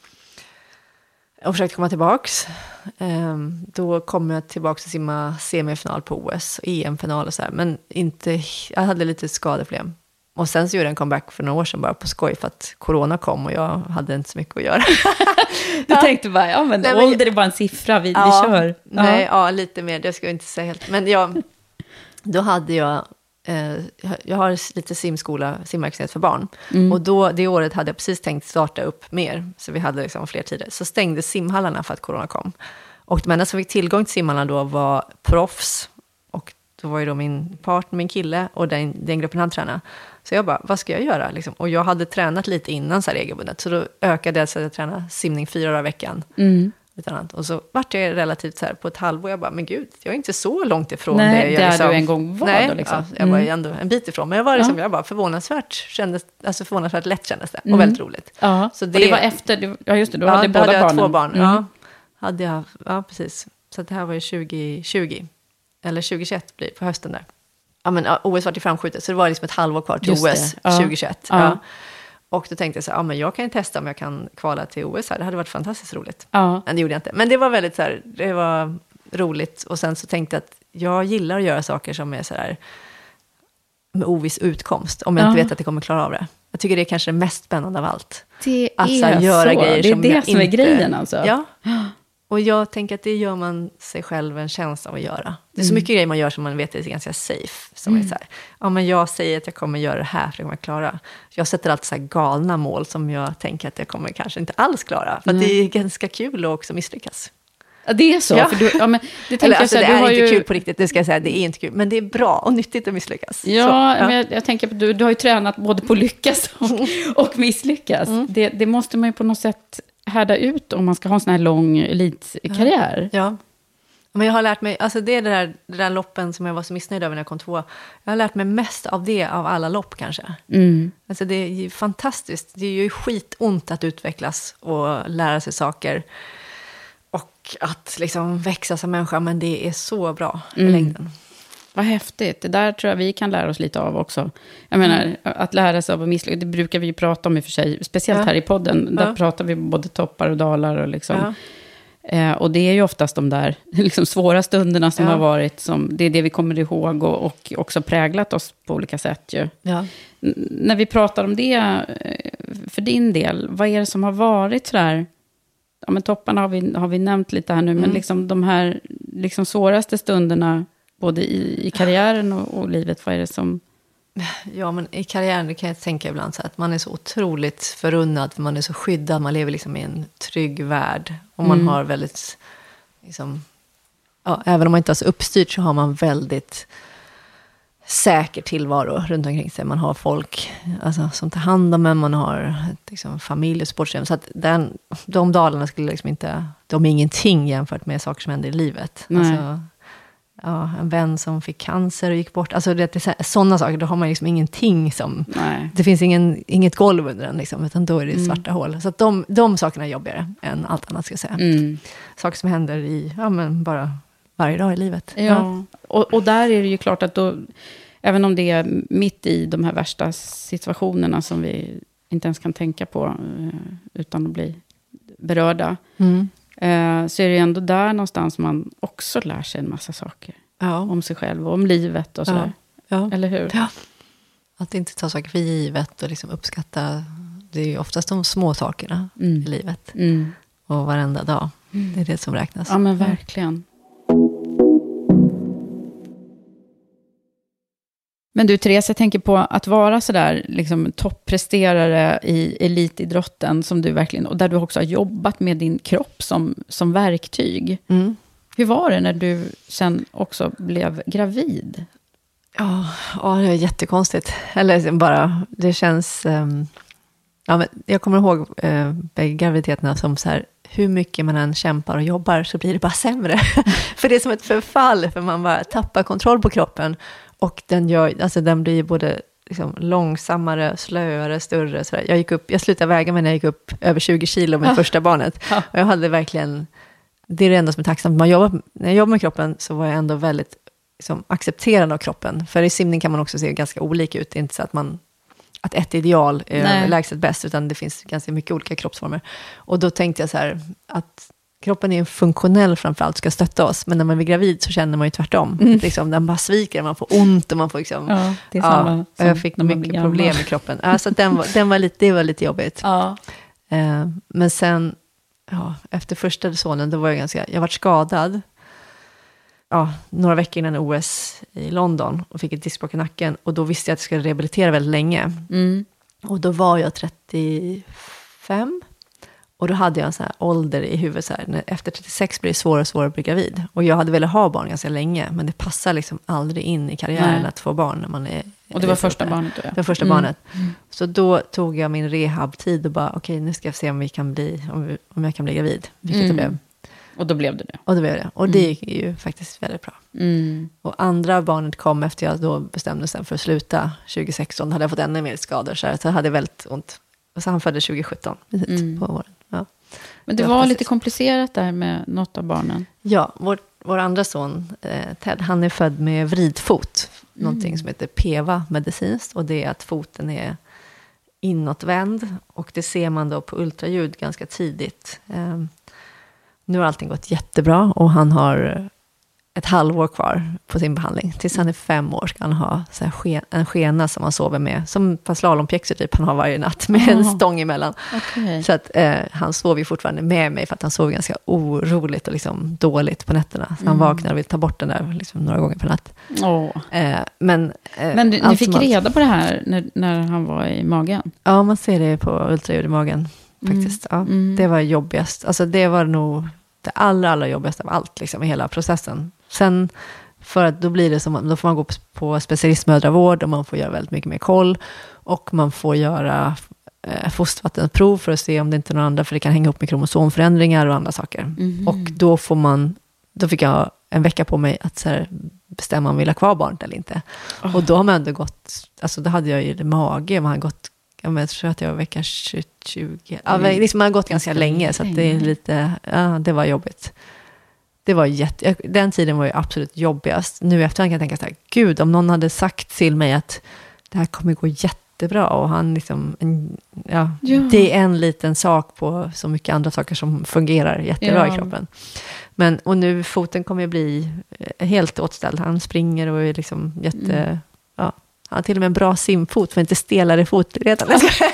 och försökte komma tillbaks. Um, då kom jag tillbaks och simma semifinal på O S, E M-final och så här. Men inte, jag hade lite skadeproblem. Och sen så gjorde jag en comeback för några år sedan bara på skoj, för att corona kom och jag hade inte så mycket att göra. Du tänkte bara, ja men nej, ålder är bara en siffra, vi, ja, vi kör. Nej, ja. ja, lite mer, det ska jag inte säga helt. Men jag, då hade jag, eh, jag har lite simskola, simverksamhet för barn. Mm. Och då, det året hade jag precis tänkt starta upp mer, så vi hade liksom fler tider. Så stängde simhallarna för att corona kom. Och de enda som fick tillgång till simhallarna då var proffs. Och då var ju då min partner, min kille och den, den gruppen han tränade. Så jag bara, vad ska jag göra? Liksom. Och jag hade tränat lite innan så här regelbundet. Så då ökade jag så att jag tränade simning fyra dagar i veckan. Mm. Och så vart jag relativt så här på ett halvår. Jag bara, men gud, jag är inte så långt ifrån. Nej, det jag där liksom, du en gång var nej, då liksom. Ja, jag var mm. ändå en bit ifrån. Men jag var liksom, ja. jag bara förvånansvärt, kändes, alltså förvånansvärt lätt kändes det. Och mm. väldigt roligt. Ja, så det, och det var efter, ja just det, du ja, hade då båda hade jag barnen. två barn, mm. ja. Hade jag, ja precis. Så det här var ju tjugo tjugo. Eller tjugo tjugoett blir på hösten där. Ja, men O S var till framskjutet, så det var liksom ett halvår kvar till O S ja. tjugo tjugoett. Ja. Ja. Och då tänkte jag så här, ja men jag kan ju testa om jag kan kvala till O S här. Det hade varit fantastiskt roligt. Ja. Men det gjorde jag inte. Men det var väldigt så här, det var roligt. Och sen så tänkte jag att jag gillar att göra saker som är så här med oviss utkomst. Om jag ja. inte vet att jag kommer klara av det. Jag tycker det är kanske det mest spännande av allt. Det att är så här, göra så. Grejer det är som det jag som inte, är grejen alltså. Ja. Och jag tänker att det gör man sig själv en känsla av att göra. Det är så mm. mycket grejer man gör som man vet är ganska safe. Som mm. är så här, ja men jag säger att jag kommer göra det här för att jag klara. Jag sätter alltid så här galna mål som jag tänker att jag kommer kanske inte alls klara. För mm. att det är ganska kul att också misslyckas. Ja, det är så. Ja. För du, ja, men det Eller, alltså, jag, det du är har inte ju... kul på riktigt, det ska jag säga. Det är inte kul. Men det är bra och nyttigt att misslyckas. Ja, så, ja. Men jag, jag tänker att du, du har ju tränat både på lyckas och, och misslyckas. Mm. Det, det måste man ju på något sätt härda ut om man ska ha en sån här lång elitkarriär. Ja. ja. Men jag har lärt mig, alltså det är det där, det där loppen som jag var så missnöjd över när jag kom två. Jag har lärt mig mest av det av alla lopp kanske. Mm. Alltså det är ju fantastiskt. Det är ju skitont att utvecklas och lära sig saker. Och att liksom växa som människa, men det är så bra mm. i längden. Vad häftigt. Det där tror jag vi kan lära oss lite av också. Jag menar, mm. att lära sig av att misslyckas, det brukar vi ju prata om i och för sig. Speciellt ja. här i podden, där ja. pratar vi både toppar och dalar. Och, liksom. ja. eh, och det är ju oftast de där liksom, svåra stunderna som ja. har varit, som, det är det vi kommer ihåg och, och också präglat oss på olika sätt. Ju. Ja. N- när vi pratar om det, för din del, vad är det som har varit sådär? Ja, men topparna har vi, har vi nämnt lite här nu, mm. men liksom de här liksom svåraste stunderna, både i, i karriären och, och livet, vad är det som... Ja, men i karriären kan jag tänka ibland så att man är så otroligt förunnad, för man är så skyddad, man lever liksom i en trygg värld. Och man mm. har väldigt, liksom, ja, även om man inte har så uppstyrt så har man väldigt säker tillvaro runt omkring sig. Man har folk alltså, som tar hand om en, man har liksom, familj och sportsystem. Så att den, de dalarna skulle liksom inte, de är ingenting jämfört med saker som händer i livet. Nej. Alltså, ja, en vän som fick cancer och gick bort. Alltså det, det är sådana saker, då har man liksom ingenting som... Nej. Det finns ingen, inget golv under den, liksom, utan då är det svarta mm. hål. Så att de, de sakerna är jobbigare än allt annat, ska jag säga. Mm. Saker som händer i, ja men bara varje dag i livet. Ja, ja. Och, och där är det ju klart att då, även om det är mitt i de här värsta situationerna som vi inte ens kan tänka på utan att bli berörda, mm. så är det ändå där någonstans man också lär sig en massa saker. Ja. Om sig själv och om livet och sådär. Ja. Ja. Eller hur? Ja. Att inte ta saker för givet och liksom uppskatta, det är ju oftast de små sakerna mm. i livet. Mm. Och varenda dag. Mm. Det är det som räknas. Ja, men verkligen. Men du, Therese, jag tänker på att vara sådär liksom toppresterare i elitidrotten som du verkligen, och där du också har jobbat med din kropp som, som verktyg. Mm. Hur var det när du sen också blev gravid? Ja, ja det är jättekonstigt. Eller bara, det känns... Um, ja, men jag kommer ihåg uh, bägge graviditeterna som så här, hur mycket man än kämpar och jobbar så blir det bara sämre. För det är som ett förfall, för man bara tappar kontroll på kroppen. Och den, gör, alltså den blir både liksom långsammare, slöare, större. Så jag, gick upp, jag slutade väga mig när jag gick upp över tjugo kilo med ja. första barnet. Ja. Och jag hade verkligen... Det är det enda som är tacksamt. Man jobbar, när jag jobbar med kroppen så var jag ändå väldigt liksom, accepterande av kroppen. För i simning kan man också se ganska olika ut. Det är inte så att, man, att ett ideal är lägset bäst, utan det finns ganska mycket olika kroppsformer. Och då tänkte jag så här, att kroppen är funktionell framförallt, ska stötta oss. Men när man blir gravid så känner man ju tvärtom. Mm. Liksom, den bara sviker, man får ont och man får liksom... Ja, det är samma ja, jag fick mycket problem med kroppen. Alltså, den var, den var lite, det var lite jobbigt. Ja. Eh, men sen... Ja, efter första sonen, då var jag ganska... Jag var skadad ja, några veckor innan O S i London och fick ett diskbråck i nacken. Och då visste jag att jag skulle rehabilitera väldigt länge. Mm. Och då var jag trettiofem. Och då hade jag en sån här ålder i huvudet. Så här, när, efter trettiosex blir det svårare och svårare att bli gravid. Och jag hade velat ha barn ganska länge. Men det passar liksom aldrig in i karriären Nej. Att få barn när man är... Och det var första barnet då? Ja. Det var första mm. barnet. Mm. Så då tog jag min rehabtid och bara, okej, okay, nu ska jag se om vi kan bli, om, vi, om jag kan bli gravid. Vilket mm. det blev. Och då blev det det? Och då blev det. Och mm. det gick ju faktiskt väldigt bra. Mm. Och andra barnet kom efter jag då bestämde sig för att sluta tjugo sexton. Då hade jag fått ännu mer skador. Så jag hade väldigt ont. Och så han föddes tjugo sjutton. Mm. På våren. Ja. Men det, det var, var lite komplicerat där med något av barnen. Ja, vår, vår andra son, eh, Ted, han är född med vridfot. Mm. Någonting som heter P E V A medicinskt. Och det är att foten är inåtvänd. Och det ser man då på ultraljud ganska tidigt. Eh, nu har allting gått jättebra. Och han har ett halvår kvar på sin behandling. Tills han är fem år ska han ha så här ske, en skena som han sover med. Som på slalompjäxor typ han har varje natt. Med oh. en stång emellan. Okay. Så att eh, han sover ju fortfarande med mig. För att han sover ganska oroligt och liksom dåligt på nätterna. Så mm. han vaknar och vill ta bort den där liksom, några gånger per natt. Oh. Eh, men eh, men du, ni fick reda på det här när, när han var i magen? Ja, man ser det på ultraljud i magen. Faktiskt. Mm. Ja, mm. Det var jobbigast. Alltså det var nog det allra, allra jobbigaste av allt. Liksom, i hela processen. Sen, för att då blir det som, då får man gå på specialistmödravård och man får göra väldigt mycket mer koll och man får göra eh, fostervattenprov för att se om det inte är några andra, för det kan hänga upp med kromosomförändringar och andra saker. Mm. Och då får man, då fick jag en vecka på mig att så här, bestämma om jag vill ha kvar barnet eller inte. Oh. Och då har man ändå gått, alltså då hade jag ju mage, man har gått, jag tror att jag var vecka tjugo, ja, liksom man har gått ganska länge så att det är lite, ja, det var jobbigt. Det var jätte, den tiden var ju absolut jobbigast. Nu efterhand kan jag tänka så här, gud, om någon hade sagt till mig att det här kommer gå jättebra och han liksom, en, ja, ja. det är en liten sak på så mycket andra saker som fungerar jättebra ja. i kroppen. Men, och nu foten kommer ju bli helt åtställd. Han springer och är liksom jätte, mm. ja, han har till och med en bra simfot för inte stelare fot redan.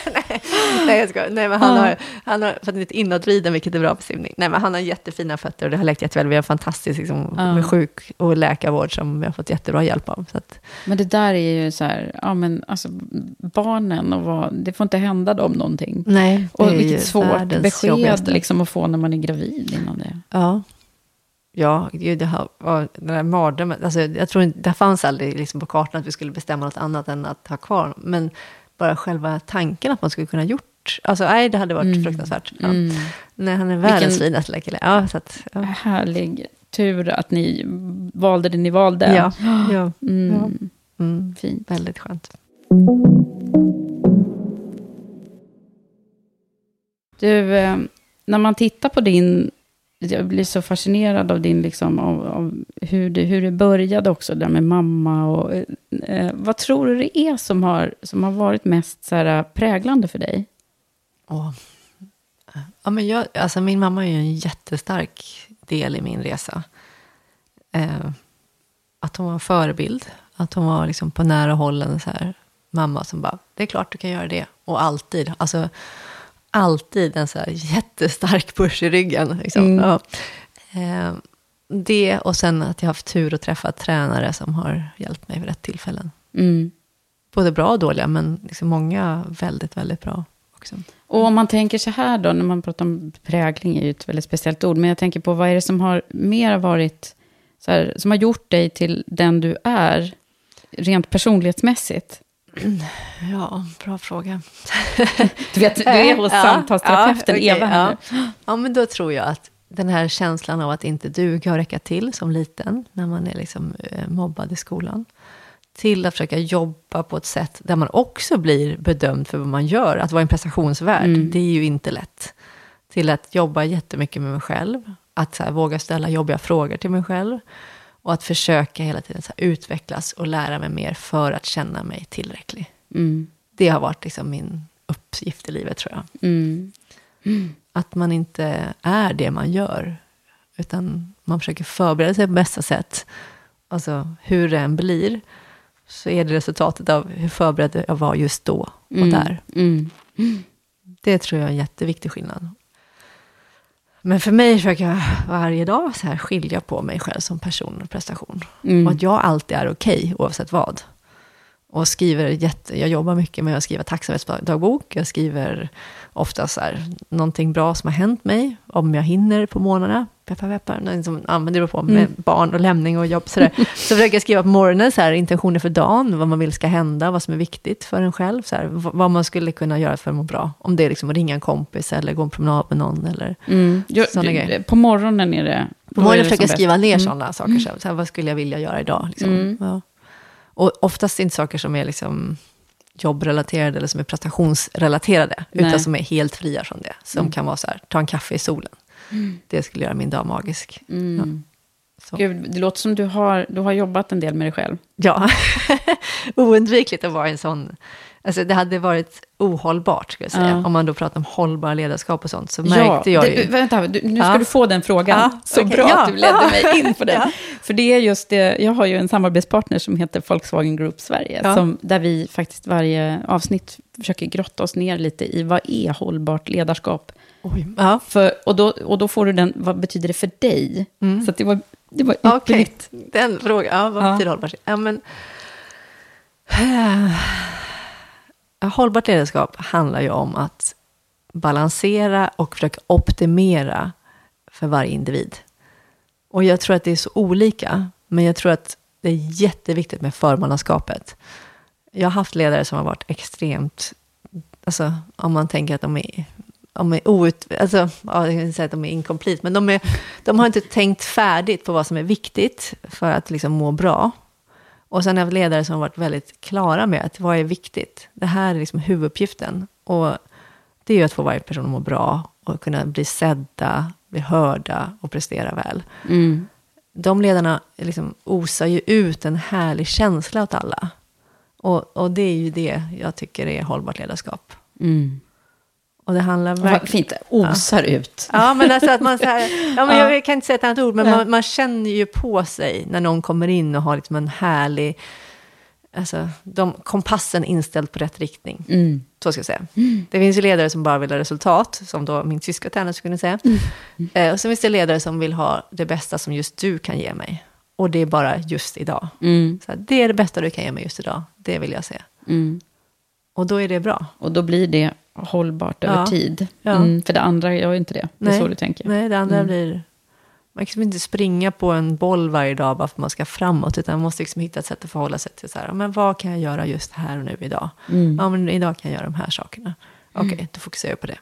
Nej, jag ska. Nej, men han har, han har fått lite inåtvriden, vilket är bra för simning. Nej, men han har jättefina fötter och det har läkt jätteväl. Vi har fantastiskt liksom, ja. med sjuk- och läkarvård som vi har fått jättebra hjälp av. Så att. Men det där är ju så här, ja men alltså barnen och vad, det får inte hända dem någonting. Nej, det och vilket svårt besked liksom att få när man är gravid innan det. Ja. Ja, det har, var den där mardrömmen. Alltså, jag tror inte, det fanns aldrig liksom på kartan att vi skulle bestämma något annat än att ha kvar. Men bara själva tanken att man skulle kunna gjort. Alltså, nej, det hade varit mm. fruktansvärt. Ja. Mm. Nej, han är världens finaste läkare. Ja, så att, ja. Härlig tur att ni valde det ni valde. Ja, ja. Mm. ja. Mm. Fint. Väldigt skönt. Du, när man tittar på din... Jag blir så fascinerad av din liksom, av, av hur, det, hur det började också där med mamma och eh, vad tror du det är som har, som har varit mest så här, präglande för dig? Åh. Ja, men jag, alltså min mamma är ju en jättestark del i min resa. Eh, att hon var en förebild, att hon var liksom på nära håll en så här mamma som bara, det är klart du kan göra det, och alltid, alltså alltid en så här jättestark push i ryggen. Liksom. Mm. Ja. Eh, det och sen att jag har haft tur att träffa tränare som har hjälpt mig vid rätt tillfällen. Mm. Både bra och dåliga, men liksom många väldigt, väldigt bra också. Och om man tänker så här då, när man pratar om prägling är ju ett väldigt speciellt ord, men jag tänker på vad är det som har mer varit så här, som har gjort dig till den du är rent personlighetsmässigt? Ja, bra fråga. Du vet, du är hos ja, samtalsterapeuten ja, okay, Eva här. Ja. ja, men då tror jag att den här känslan av att inte duga och räcka till som liten, när man är liksom mobbad i skolan, till att försöka jobba på ett sätt där man också blir bedömd för vad man gör. Att vara en prestationsvärd, mm. det är ju inte lätt. Till att jobba jättemycket med mig själv. Att så här, våga ställa jobbiga frågor till mig själv. Och att försöka hela tiden så här, utvecklas och lära mig mer för att känna mig tillräcklig. Mm. Det har varit liksom min uppgift i livet, tror jag. Mm. Mm. Att man inte är det man gör. Utan man försöker förbereda sig på bästa sätt. Alltså hur det än blir, så är det resultatet av hur förberedd jag var just då och mm. där. Mm. Mm. Det tror jag är en jätteviktig skillnad. Men för mig försöker jag varje dag så här skilja på mig själv som person och prestation. Mm. Och att jag alltid är okej oavsett vad. Och skriver jätte, jag jobbar mycket med att skriva tacksamhetsdagbok. Jag skriver ofta så här, någonting bra som har hänt mig. Om jag hinner på morgnarna. Peppar, peppar. Något som använder det på med mm. barn och lämning och jobb. Så, där. Så försöker jag skriva på morgonen så här, intentioner för dagen. Vad man vill ska hända. Vad som är viktigt för en själv. Så här, vad man skulle kunna göra för att må bra. Om det är liksom att ringa en kompis eller gå en promenad med någon. Eller mm. jo, sådana grejer. På morgonen är det... På morgonen försöker jag skriva ner mm. sådana saker. Så här, vad skulle jag vilja göra idag? Liksom. Mm. Ja. Och oftast inte saker som är liksom jobbrelaterade eller som är prestationsrelaterade. Nej. Utan som är helt fria från det. Som mm. kan vara så här, ta en kaffe i solen. Mm. Det skulle göra min dag magisk. Mm. Ja. Gud, det låter som du har, du har jobbat en del med dig själv. Ja, oundvikligt att vara en sån. Alltså det hade varit ohållbart, ska jag säga. Ja. Om man då pratar om hållbara ledarskap och sånt. Så märkte ja, jag ju... Det, vänta, du, nu ska ja. du få den frågan. Ja, så okay. bra ja. att du ledde mig in på den. Ja. För det är just det, jag har ju en samarbetspartner som heter Volkswagen Group Sverige. Ja. Som, där vi faktiskt varje avsnitt försöker grotta oss ner lite i vad är hållbart ledarskap. Oj. Ja. För, och, då, och då får du den, vad betyder det för dig? Mm. Så att det var, det var ypperligt. Okay. Den frågan, ja, vad betyder ja. hållbart? Ja, men... Hållbart ledarskap handlar ju om att balansera och försöka optimera för varje individ. Och jag tror att det är så olika, men jag tror att det är jätteviktigt med förmannaskapet. Jag har haft ledare som har varit extremt, alltså om man tänker att de är, de är out, alltså ja, jag kan inte säga att de är incomplete, men de, är, de har inte tänkt färdigt på vad som är viktigt för att liksom må bra. Och sen har jag ledare som har varit väldigt klara med att vad är viktigt. Det här är liksom huvuduppgiften. Och det är ju att få varje person att må bra och kunna bli sedda, bli hörda och prestera väl. Mm. De ledarna liksom osar ju ut en härlig känsla åt alla. Och, och det är ju det jag tycker är hållbart ledarskap. Mm. Och det handlar verkligen... Fint, osar ja. ut. Ja, men alltså att man så här... Ja, men jag kan inte säga ett annat ord, men ja. man, man känner ju på sig när någon kommer in och har liksom en härlig... Alltså, de, kompassen inställd på rätt riktning. Mm. Så ska jag säga. Mm. Det finns ju ledare som bara vill ha resultat, som då min tyska tränare skulle kunna säga. Mm. Mm. Eh, och så finns det ledare som vill ha det bästa som just du kan ge mig. Och det är bara just idag. Mm. Så här, det är det bästa du kan ge mig just idag. Det vill jag se. Mm. Och då är det bra. Och då blir det hållbart över ja. tid. Ja. Mm, för det andra gör ju inte det. Det är Nej. så du tänker. Nej, det andra mm. blir... Man kan inte springa på en boll varje dag bara för att man ska framåt. Utan man måste liksom hitta ett sätt att förhålla sig till så här. Men vad kan jag göra just här och nu idag? Mm. Ja, men idag kan jag göra de här sakerna. Okej, okay, mm. då fokuserar jag på det.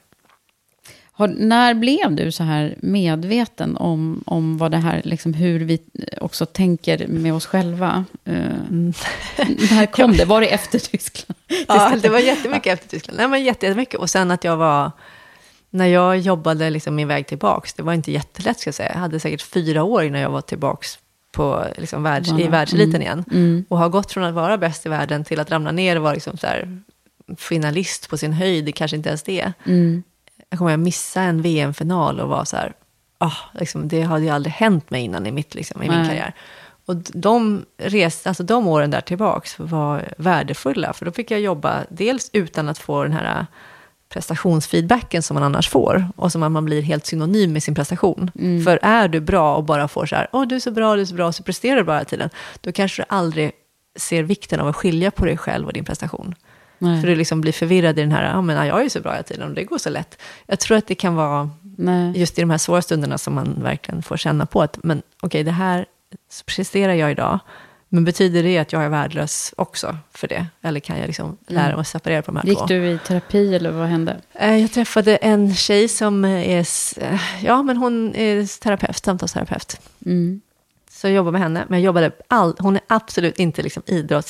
Har, när blev du så här medveten om, om vad det här, liksom hur vi också tänker med oss själva? Mm. När kom det? Var det efter Tyskland? Ja, det var jättemycket efter Tyskland. Nej, men jättemycket. Och sen att jag var... När jag jobbade liksom min väg tillbaks, det var inte jättelätt ska jag säga. Jag hade säkert fyra år innan jag var tillbaks på, liksom, världs, wow. i världseliten mm. igen. Mm. Och har gått från att vara bäst i världen till att ramla ner och vara liksom så här, finalist på sin höjd, kanske inte ens det. Mm. Jag kommer att missa en V M-final och vara så här, oh, liksom, det hade ju aldrig hänt mig innan i, mitt, liksom, i min Nej. karriär. Och de, res, alltså de åren där tillbaks var värdefulla, för då fick jag jobba dels utan att få den här prestationsfeedbacken som man annars får, och som man blir helt synonym med sin prestation. Mm. För är du bra och bara får så här, åh oh, du är så bra, du är så bra, så presterar du bara hela tiden, då kanske du aldrig ser vikten av att skilja på dig själv och din prestation. Nej. För du liksom blir förvirrad i den här, ja men jag är ju så bra hela tiden och det går så lätt. Jag tror att det kan vara Nej. just i de här svåra stunderna som man verkligen får känna på att, men okej, okay, det här presterar jag idag. Men betyder det att jag är värdelös också för det? Eller kan jag liksom lära mig att separera på de här Gick två? du i terapi eller vad hände? Jag träffade en tjej som är, ja men hon är terapeut, samtalsterapeut. Mm. Så jag jobbar med henne, men jag jobbade all, hon är absolut inte liksom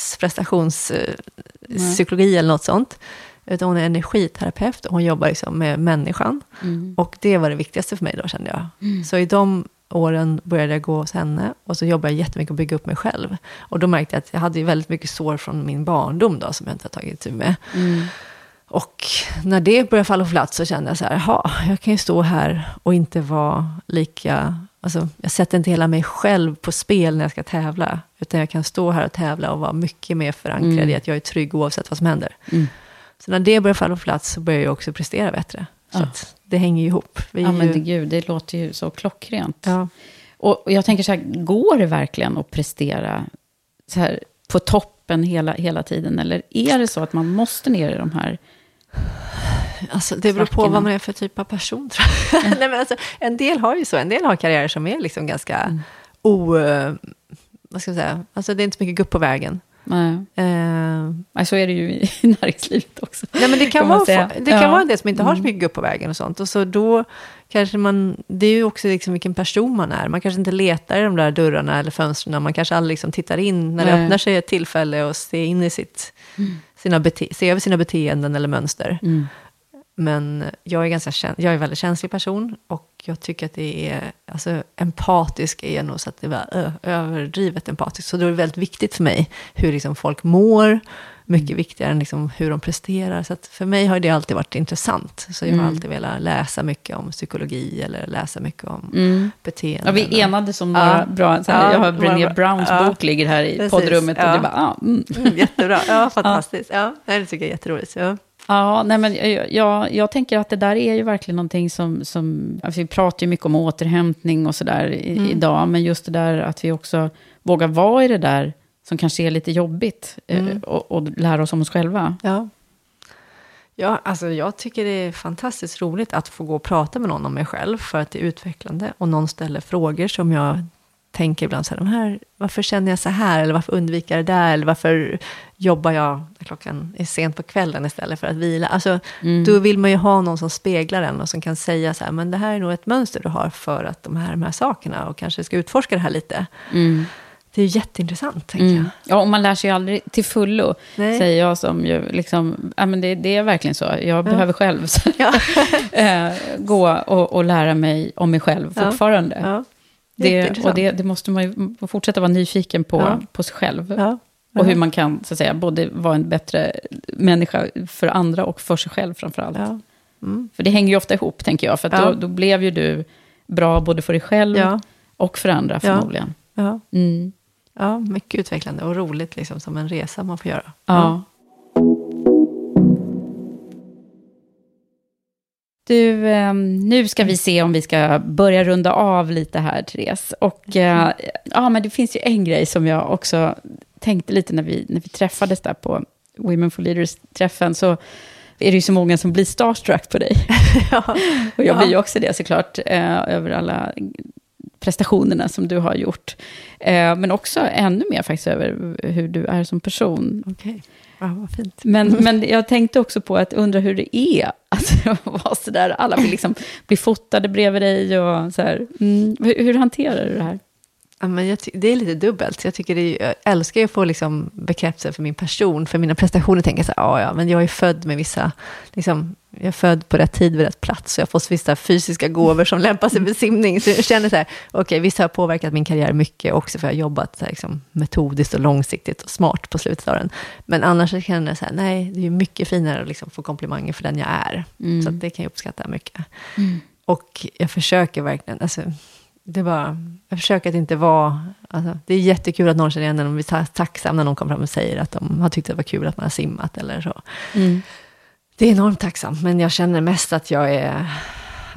idrottsprestationspsykologi eller något sånt. Utan hon är energiterapeut och hon jobbar liksom med människan. Mm. Och det var det viktigaste för mig då, kände jag. Mm. Så i de åren började jag gå hos henne och så jobbade jag jättemycket att bygga upp mig själv. Och då märkte jag att jag hade ju väldigt mycket sår från min barndom då, som jag inte har tagit tur med. Mm. Och när det började falla på plats så kände jag så här, jaha, jag kan ju stå här och inte vara lika, alltså jag sätter inte hela mig själv på spel när jag ska tävla, utan jag kan stå här och tävla och vara mycket mer förankrad mm. i att jag är trygg oavsett vad som händer. Mm. Så när det börjar falla på plats så börjar jag också prestera bättre. Så ja. att det hänger ju ihop. Vi ja, ju... men det, gud, det låter ju så klockrent. Ja. Och jag tänker så här, går det verkligen att prestera så här på toppen hela, hela tiden? Eller är det så att man måste ner i de här... Alltså, det beror på vad man är för typ av person, tror jag. Mm. Nej, men alltså, en del har ju så. En del har karriärer som är liksom ganska mm. o... Vad ska jag säga? Alltså, det är inte så mycket gupp på vägen. Nej. Uh, Nej, så är det ju i näringslivet också. Nej, men det kan, kan vara, det kan ja. vara det som inte har så mycket gupp på vägen och sånt. Och så då kanske man, det är ju också liksom vilken person man är. Man kanske inte letar i de där dörrarna eller fönstren. Man kanske aldrig liksom tittar in när det Nej. öppnar sig ett tillfälle och ser in i sitt, mm. sina, bete- ser över sina beteenden eller mönster. Mm. Men jag är ganska käns- jag är en väldigt känslig person och jag tycker att det är, alltså empatisk är nog så att det var ö- överdrivet empatisk. Så då är det väldigt viktigt för mig hur liksom folk mår, mycket viktigare än liksom hur de presterar. Så att för mig har det alltid varit intressant. Så jag har mm. alltid velat läsa mycket om psykologi eller läsa mycket om mm. beteenden. Ja, vi enades om några ja. bra, så här, ja, jag har Brené Browns ja. bok ligger här i Precis. poddrummet ja. och det bara, ah, mm. Mm, jättebra, ja fantastiskt. Ja. Ja, det tycker jag är jätteroligt. Ja. Ja, nej men jag, jag, jag tänker att det där är ju verkligen någonting som, som alltså vi pratar ju mycket om återhämtning och sådär mm. idag, men just det där att vi också vågar vara i det där som kanske är lite jobbigt mm. och, och lära oss om oss själva. Ja. Ja, alltså jag tycker det är fantastiskt roligt att få gå och prata med någon om mig själv för att det är utvecklande och någon ställer frågor som jag tänker ibland så här, de här, varför känner jag så här? Eller varför undviker jag det där? Eller varför jobbar jag när klockan är sent på kvällen istället för att vila? Alltså, mm. då vill man ju ha någon som speglar en och som kan säga så här, men det här är nog ett mönster du har för att de här, de här sakerna och kanske ska utforska det här lite. Mm. Det är ju jätteintressant, tänker mm. jag. Ja, och man lär sig ju aldrig till fullo, Nej. säger jag som ju liksom, ja men det, det är verkligen så. Jag ja. behöver själv så, ja. äh, gå och, och lära mig om mig själv fortfarande. Ja. Ja. Det, och det, det måste man ju fortsätta vara nyfiken på, ja. på sig själv. Ja. Ja. Och hur man kan så att säga, både vara en bättre människa för andra och för sig själv framförallt. Ja. Mm. För det hänger ju ofta ihop, tänker jag. För att ja. då, då blev ju du bra både för dig själv ja. och för andra förmodligen. Ja. Ja. Mm. Ja, mycket utvecklande och roligt liksom, som en resa man får göra. Ja. Ja. Du, nu ska vi se om vi ska börja runda av lite här, Therese. Och mm. ja, men det finns ju en grej som jag också tänkte lite när vi, när vi träffades där på Women for Leaders-träffen, så är det ju så många som blir starstruck på dig. Ja. Och jag blir ju också det såklart, eh, över alla prestationerna som du har gjort. Eh, men också ännu mer faktiskt över hur du är som person. Okej. Okay. Ja, vad fint. Men, men jag tänkte också på att undra hur det är alltså, vara så där, alla vill liksom bli fotade bredvid dig och så här. Mm, hur, hur hanterar du det här? Ja, men jag ty- det är lite dubbelt. Jag, tycker det är, jag älskar ju att få liksom bekräftelse för min person, för mina prestationer. Tänker jag så här, ja, ja, men jag är född med vissa, liksom, jag är född på rätt tid vid rätt plats, så jag får vissa fysiska gåvor som lämpar sig för simning. Så jag känner så här, okej, okay, vissa har påverkat min karriär mycket också, för jag har jobbat så här, liksom, metodiskt och långsiktigt och smart på slutet av den. Men annars så känner jag så här, nej, det är ju mycket finare att liksom få komplimanger för den jag är. Mm. Så att det kan jag uppskatta mycket. Mm. Och jag försöker verkligen, alltså, det var, jag försöker att inte vara, alltså, det är jättekul att någon känner igen när de blir tacksam när någon kommer fram och säger att de har tyckt att det var kul att man har simmat eller så. Mm. Det är enormt tacksamt, men jag känner mest att jag är,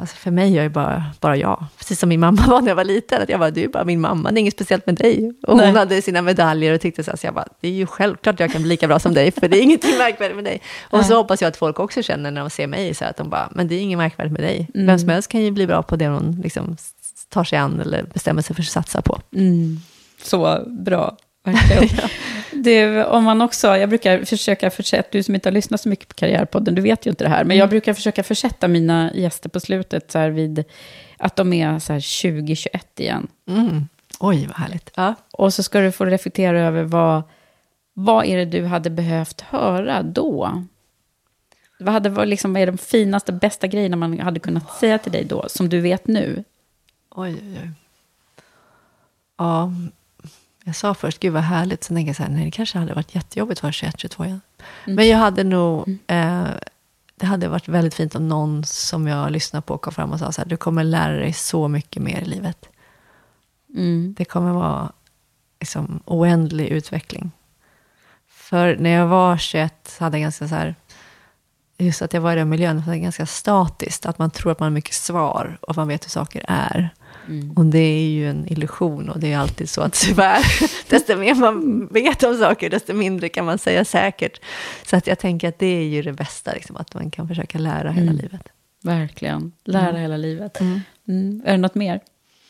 alltså för mig är jag bara, bara jag. Precis som min mamma var när jag var liten. Att jag bara, du är bara min mamma, det är inget speciellt med dig. Och Nej. hon hade sina medaljer och tyckte så här, så jag bara, det är ju självklart att jag kan bli lika bra som dig, för det är ingenting märkvärdigt med dig. Och Nej. Så hoppas jag att folk också känner när de ser mig, så att de bara, men det är inget märkvärdigt med dig. Mm. Vem som helst kan ju bli bra på det hon liksom tar sig an eller bestämmer sig för att satsa på. Mm. Så bra, verkligen. Ja. Du, om man också, jag brukar försöka försätta, du som inte har lyssnat så mycket på Karriärpodden, du vet ju inte det här, men mm. jag brukar försöka försätta mina gäster på slutet så här vid att de är så här tjugo tjugoett igen. Mm. Oj, vad härligt. Ja. Och så ska du få reflektera över vad, vad är det du hade behövt höra då? Vad, hade, vad, liksom, vad är de finaste, bästa grejerna man hade kunnat säga till dig då, som du vet nu? Oj, oj, oj. Ja, jag sa först, gud vad härligt. Sen tänkte jag så här, nej, det kanske hade varit jättejobbigt för tjugoett tjugotvå igen. Mm. Men jag hade nog, eh, det hade varit väldigt fint om någon som jag lyssnar på kom fram och sa så här, du kommer lära dig så mycket mer i livet. Mm. Det kommer vara liksom oändlig utveckling. För när jag var tjugoett hade jag ganska så här, just att jag var i den miljön, det var ganska statiskt. Att man tror att man har mycket svar och man vet hur saker är. Mm. Och det är ju en illusion, och det är alltid så att tyvärr, desto mer man vet om saker, desto mindre kan man säga säkert. Så att jag tänker att det är ju det bästa, liksom, att man kan försöka lära mm. hela livet. Verkligen, lära mm. hela livet. Mm. Mm. Är det något mer?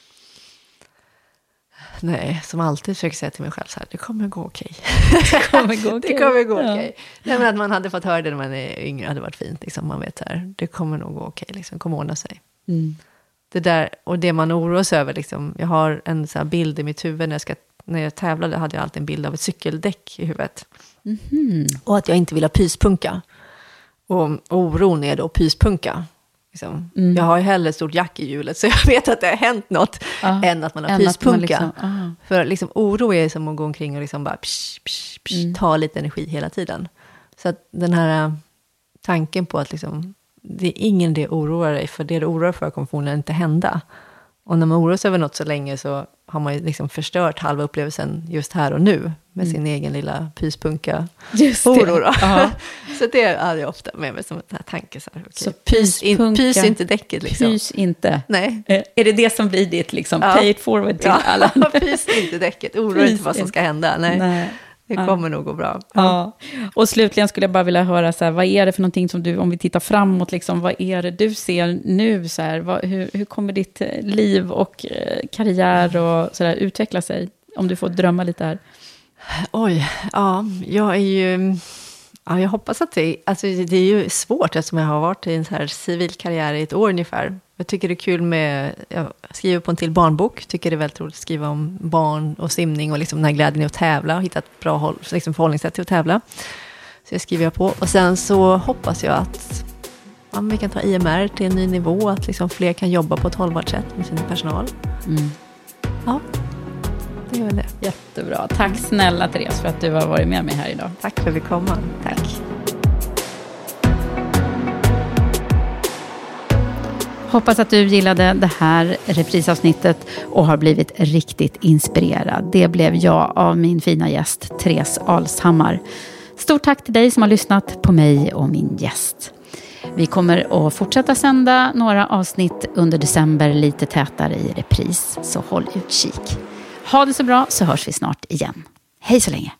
Nej, som alltid försöker säga till mig själv så här, det kommer gå okej. Det kommer gå okej. Det kommer gå okej. Ja. Nej, men att man hade fått höra det när man är yngre hade varit fint. Liksom. Man vet så här, det kommer nog gå okej, liksom, kommer ordna sig. Mm. Det där, och det man oroar sig över, liksom, jag har en så här bild i mitt huvud när jag, ska, när jag tävlade hade jag alltid en bild av ett cykeldäck i huvudet. Mm-hmm. Och att jag inte vill ha pyspunka. Och oron är då pyspunka. Liksom. Mm. Jag har ju hellre ett stort jack i hjulet, så jag vet att det har hänt något uh, än att man har pyspunka. Liksom, uh. För liksom, oro är som att gå omkring och liksom bara psh, psh, psh, mm. ta lite energi hela tiden. Så att den här uh, tanken på att liksom, det är ingen det oroar dig, för det du oroar för kommer förmodligen inte hända. Och när man oroar sig över något så länge så har man ju liksom förstört halva upplevelsen just här och nu med mm. sin egen lilla pyspunka oro då. Så det hade jag ofta med mig som en tanke. Så, här, okay. Så pys, in, pys inte däcket liksom. Pys inte. Nej. Eh, är det det som blir ditt liksom, ja. pay it forward till ja. alla? Pys inte däcket, oroa inte vad som ska hända. Nej. Nej. Det kommer ja. nog gå bra. Ja. Och slutligen skulle jag bara vilja höra, så här, vad är det för någonting som du, om vi tittar framåt, liksom, vad är det du ser nu? Så här, vad, hur, hur kommer ditt liv och eh, karriär och så där, utveckla sig? Om du får drömma lite här. Oj, ja, jag är ju... Ja, jag hoppas att det... Alltså, det är ju svårt eftersom jag har varit i en så här civil karriär i ett år ungefär. Jag tycker det är kul med... Jag skriver på en till barnbok. Tycker det är väldigt roligt att skriva om barn och simning och liksom den här glädjen i att tävla. Och hitta ett bra håll, liksom förhållningssätt till att tävla. Så jag skriver jag på. Och sen så hoppas jag att ja, vi kan ta I M R till en ny nivå. Att liksom fler kan jobba på ett hållbart sätt med sin personal. Mm. Ja. Det är väl det. Jättebra. Tack snälla Therese för att du har varit med mig här idag. Tack för att vi kom. Tack. Hoppas att du gillade det här reprisavsnittet och har blivit riktigt inspirerad. Det blev jag av min fina gäst Therese Alshammar. Stort tack till dig som har lyssnat på mig och min gäst. Vi kommer att fortsätta sända några avsnitt under december lite tätare i repris, så håll utkik. Ha det så bra, så hörs vi snart igen. Hej så länge!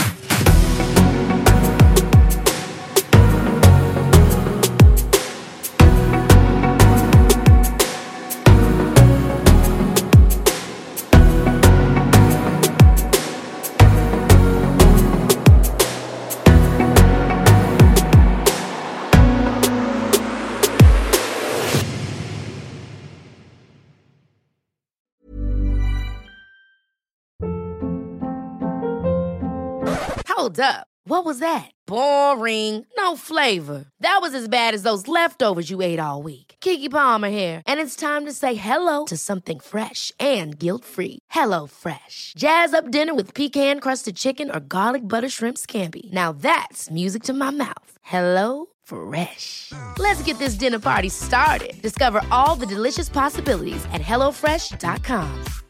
Hold up. What was that? Boring. No flavor. That was as bad as those leftovers you ate all week. Keke Palmer here, and it's time to say hello to something fresh and guilt-free. Hello Fresh. Jazz up dinner with pecan-crusted chicken or garlic butter shrimp scampi. Now that's music to my mouth. Hello Fresh. Let's get this dinner party started. Discover all the delicious possibilities at hello fresh dot com.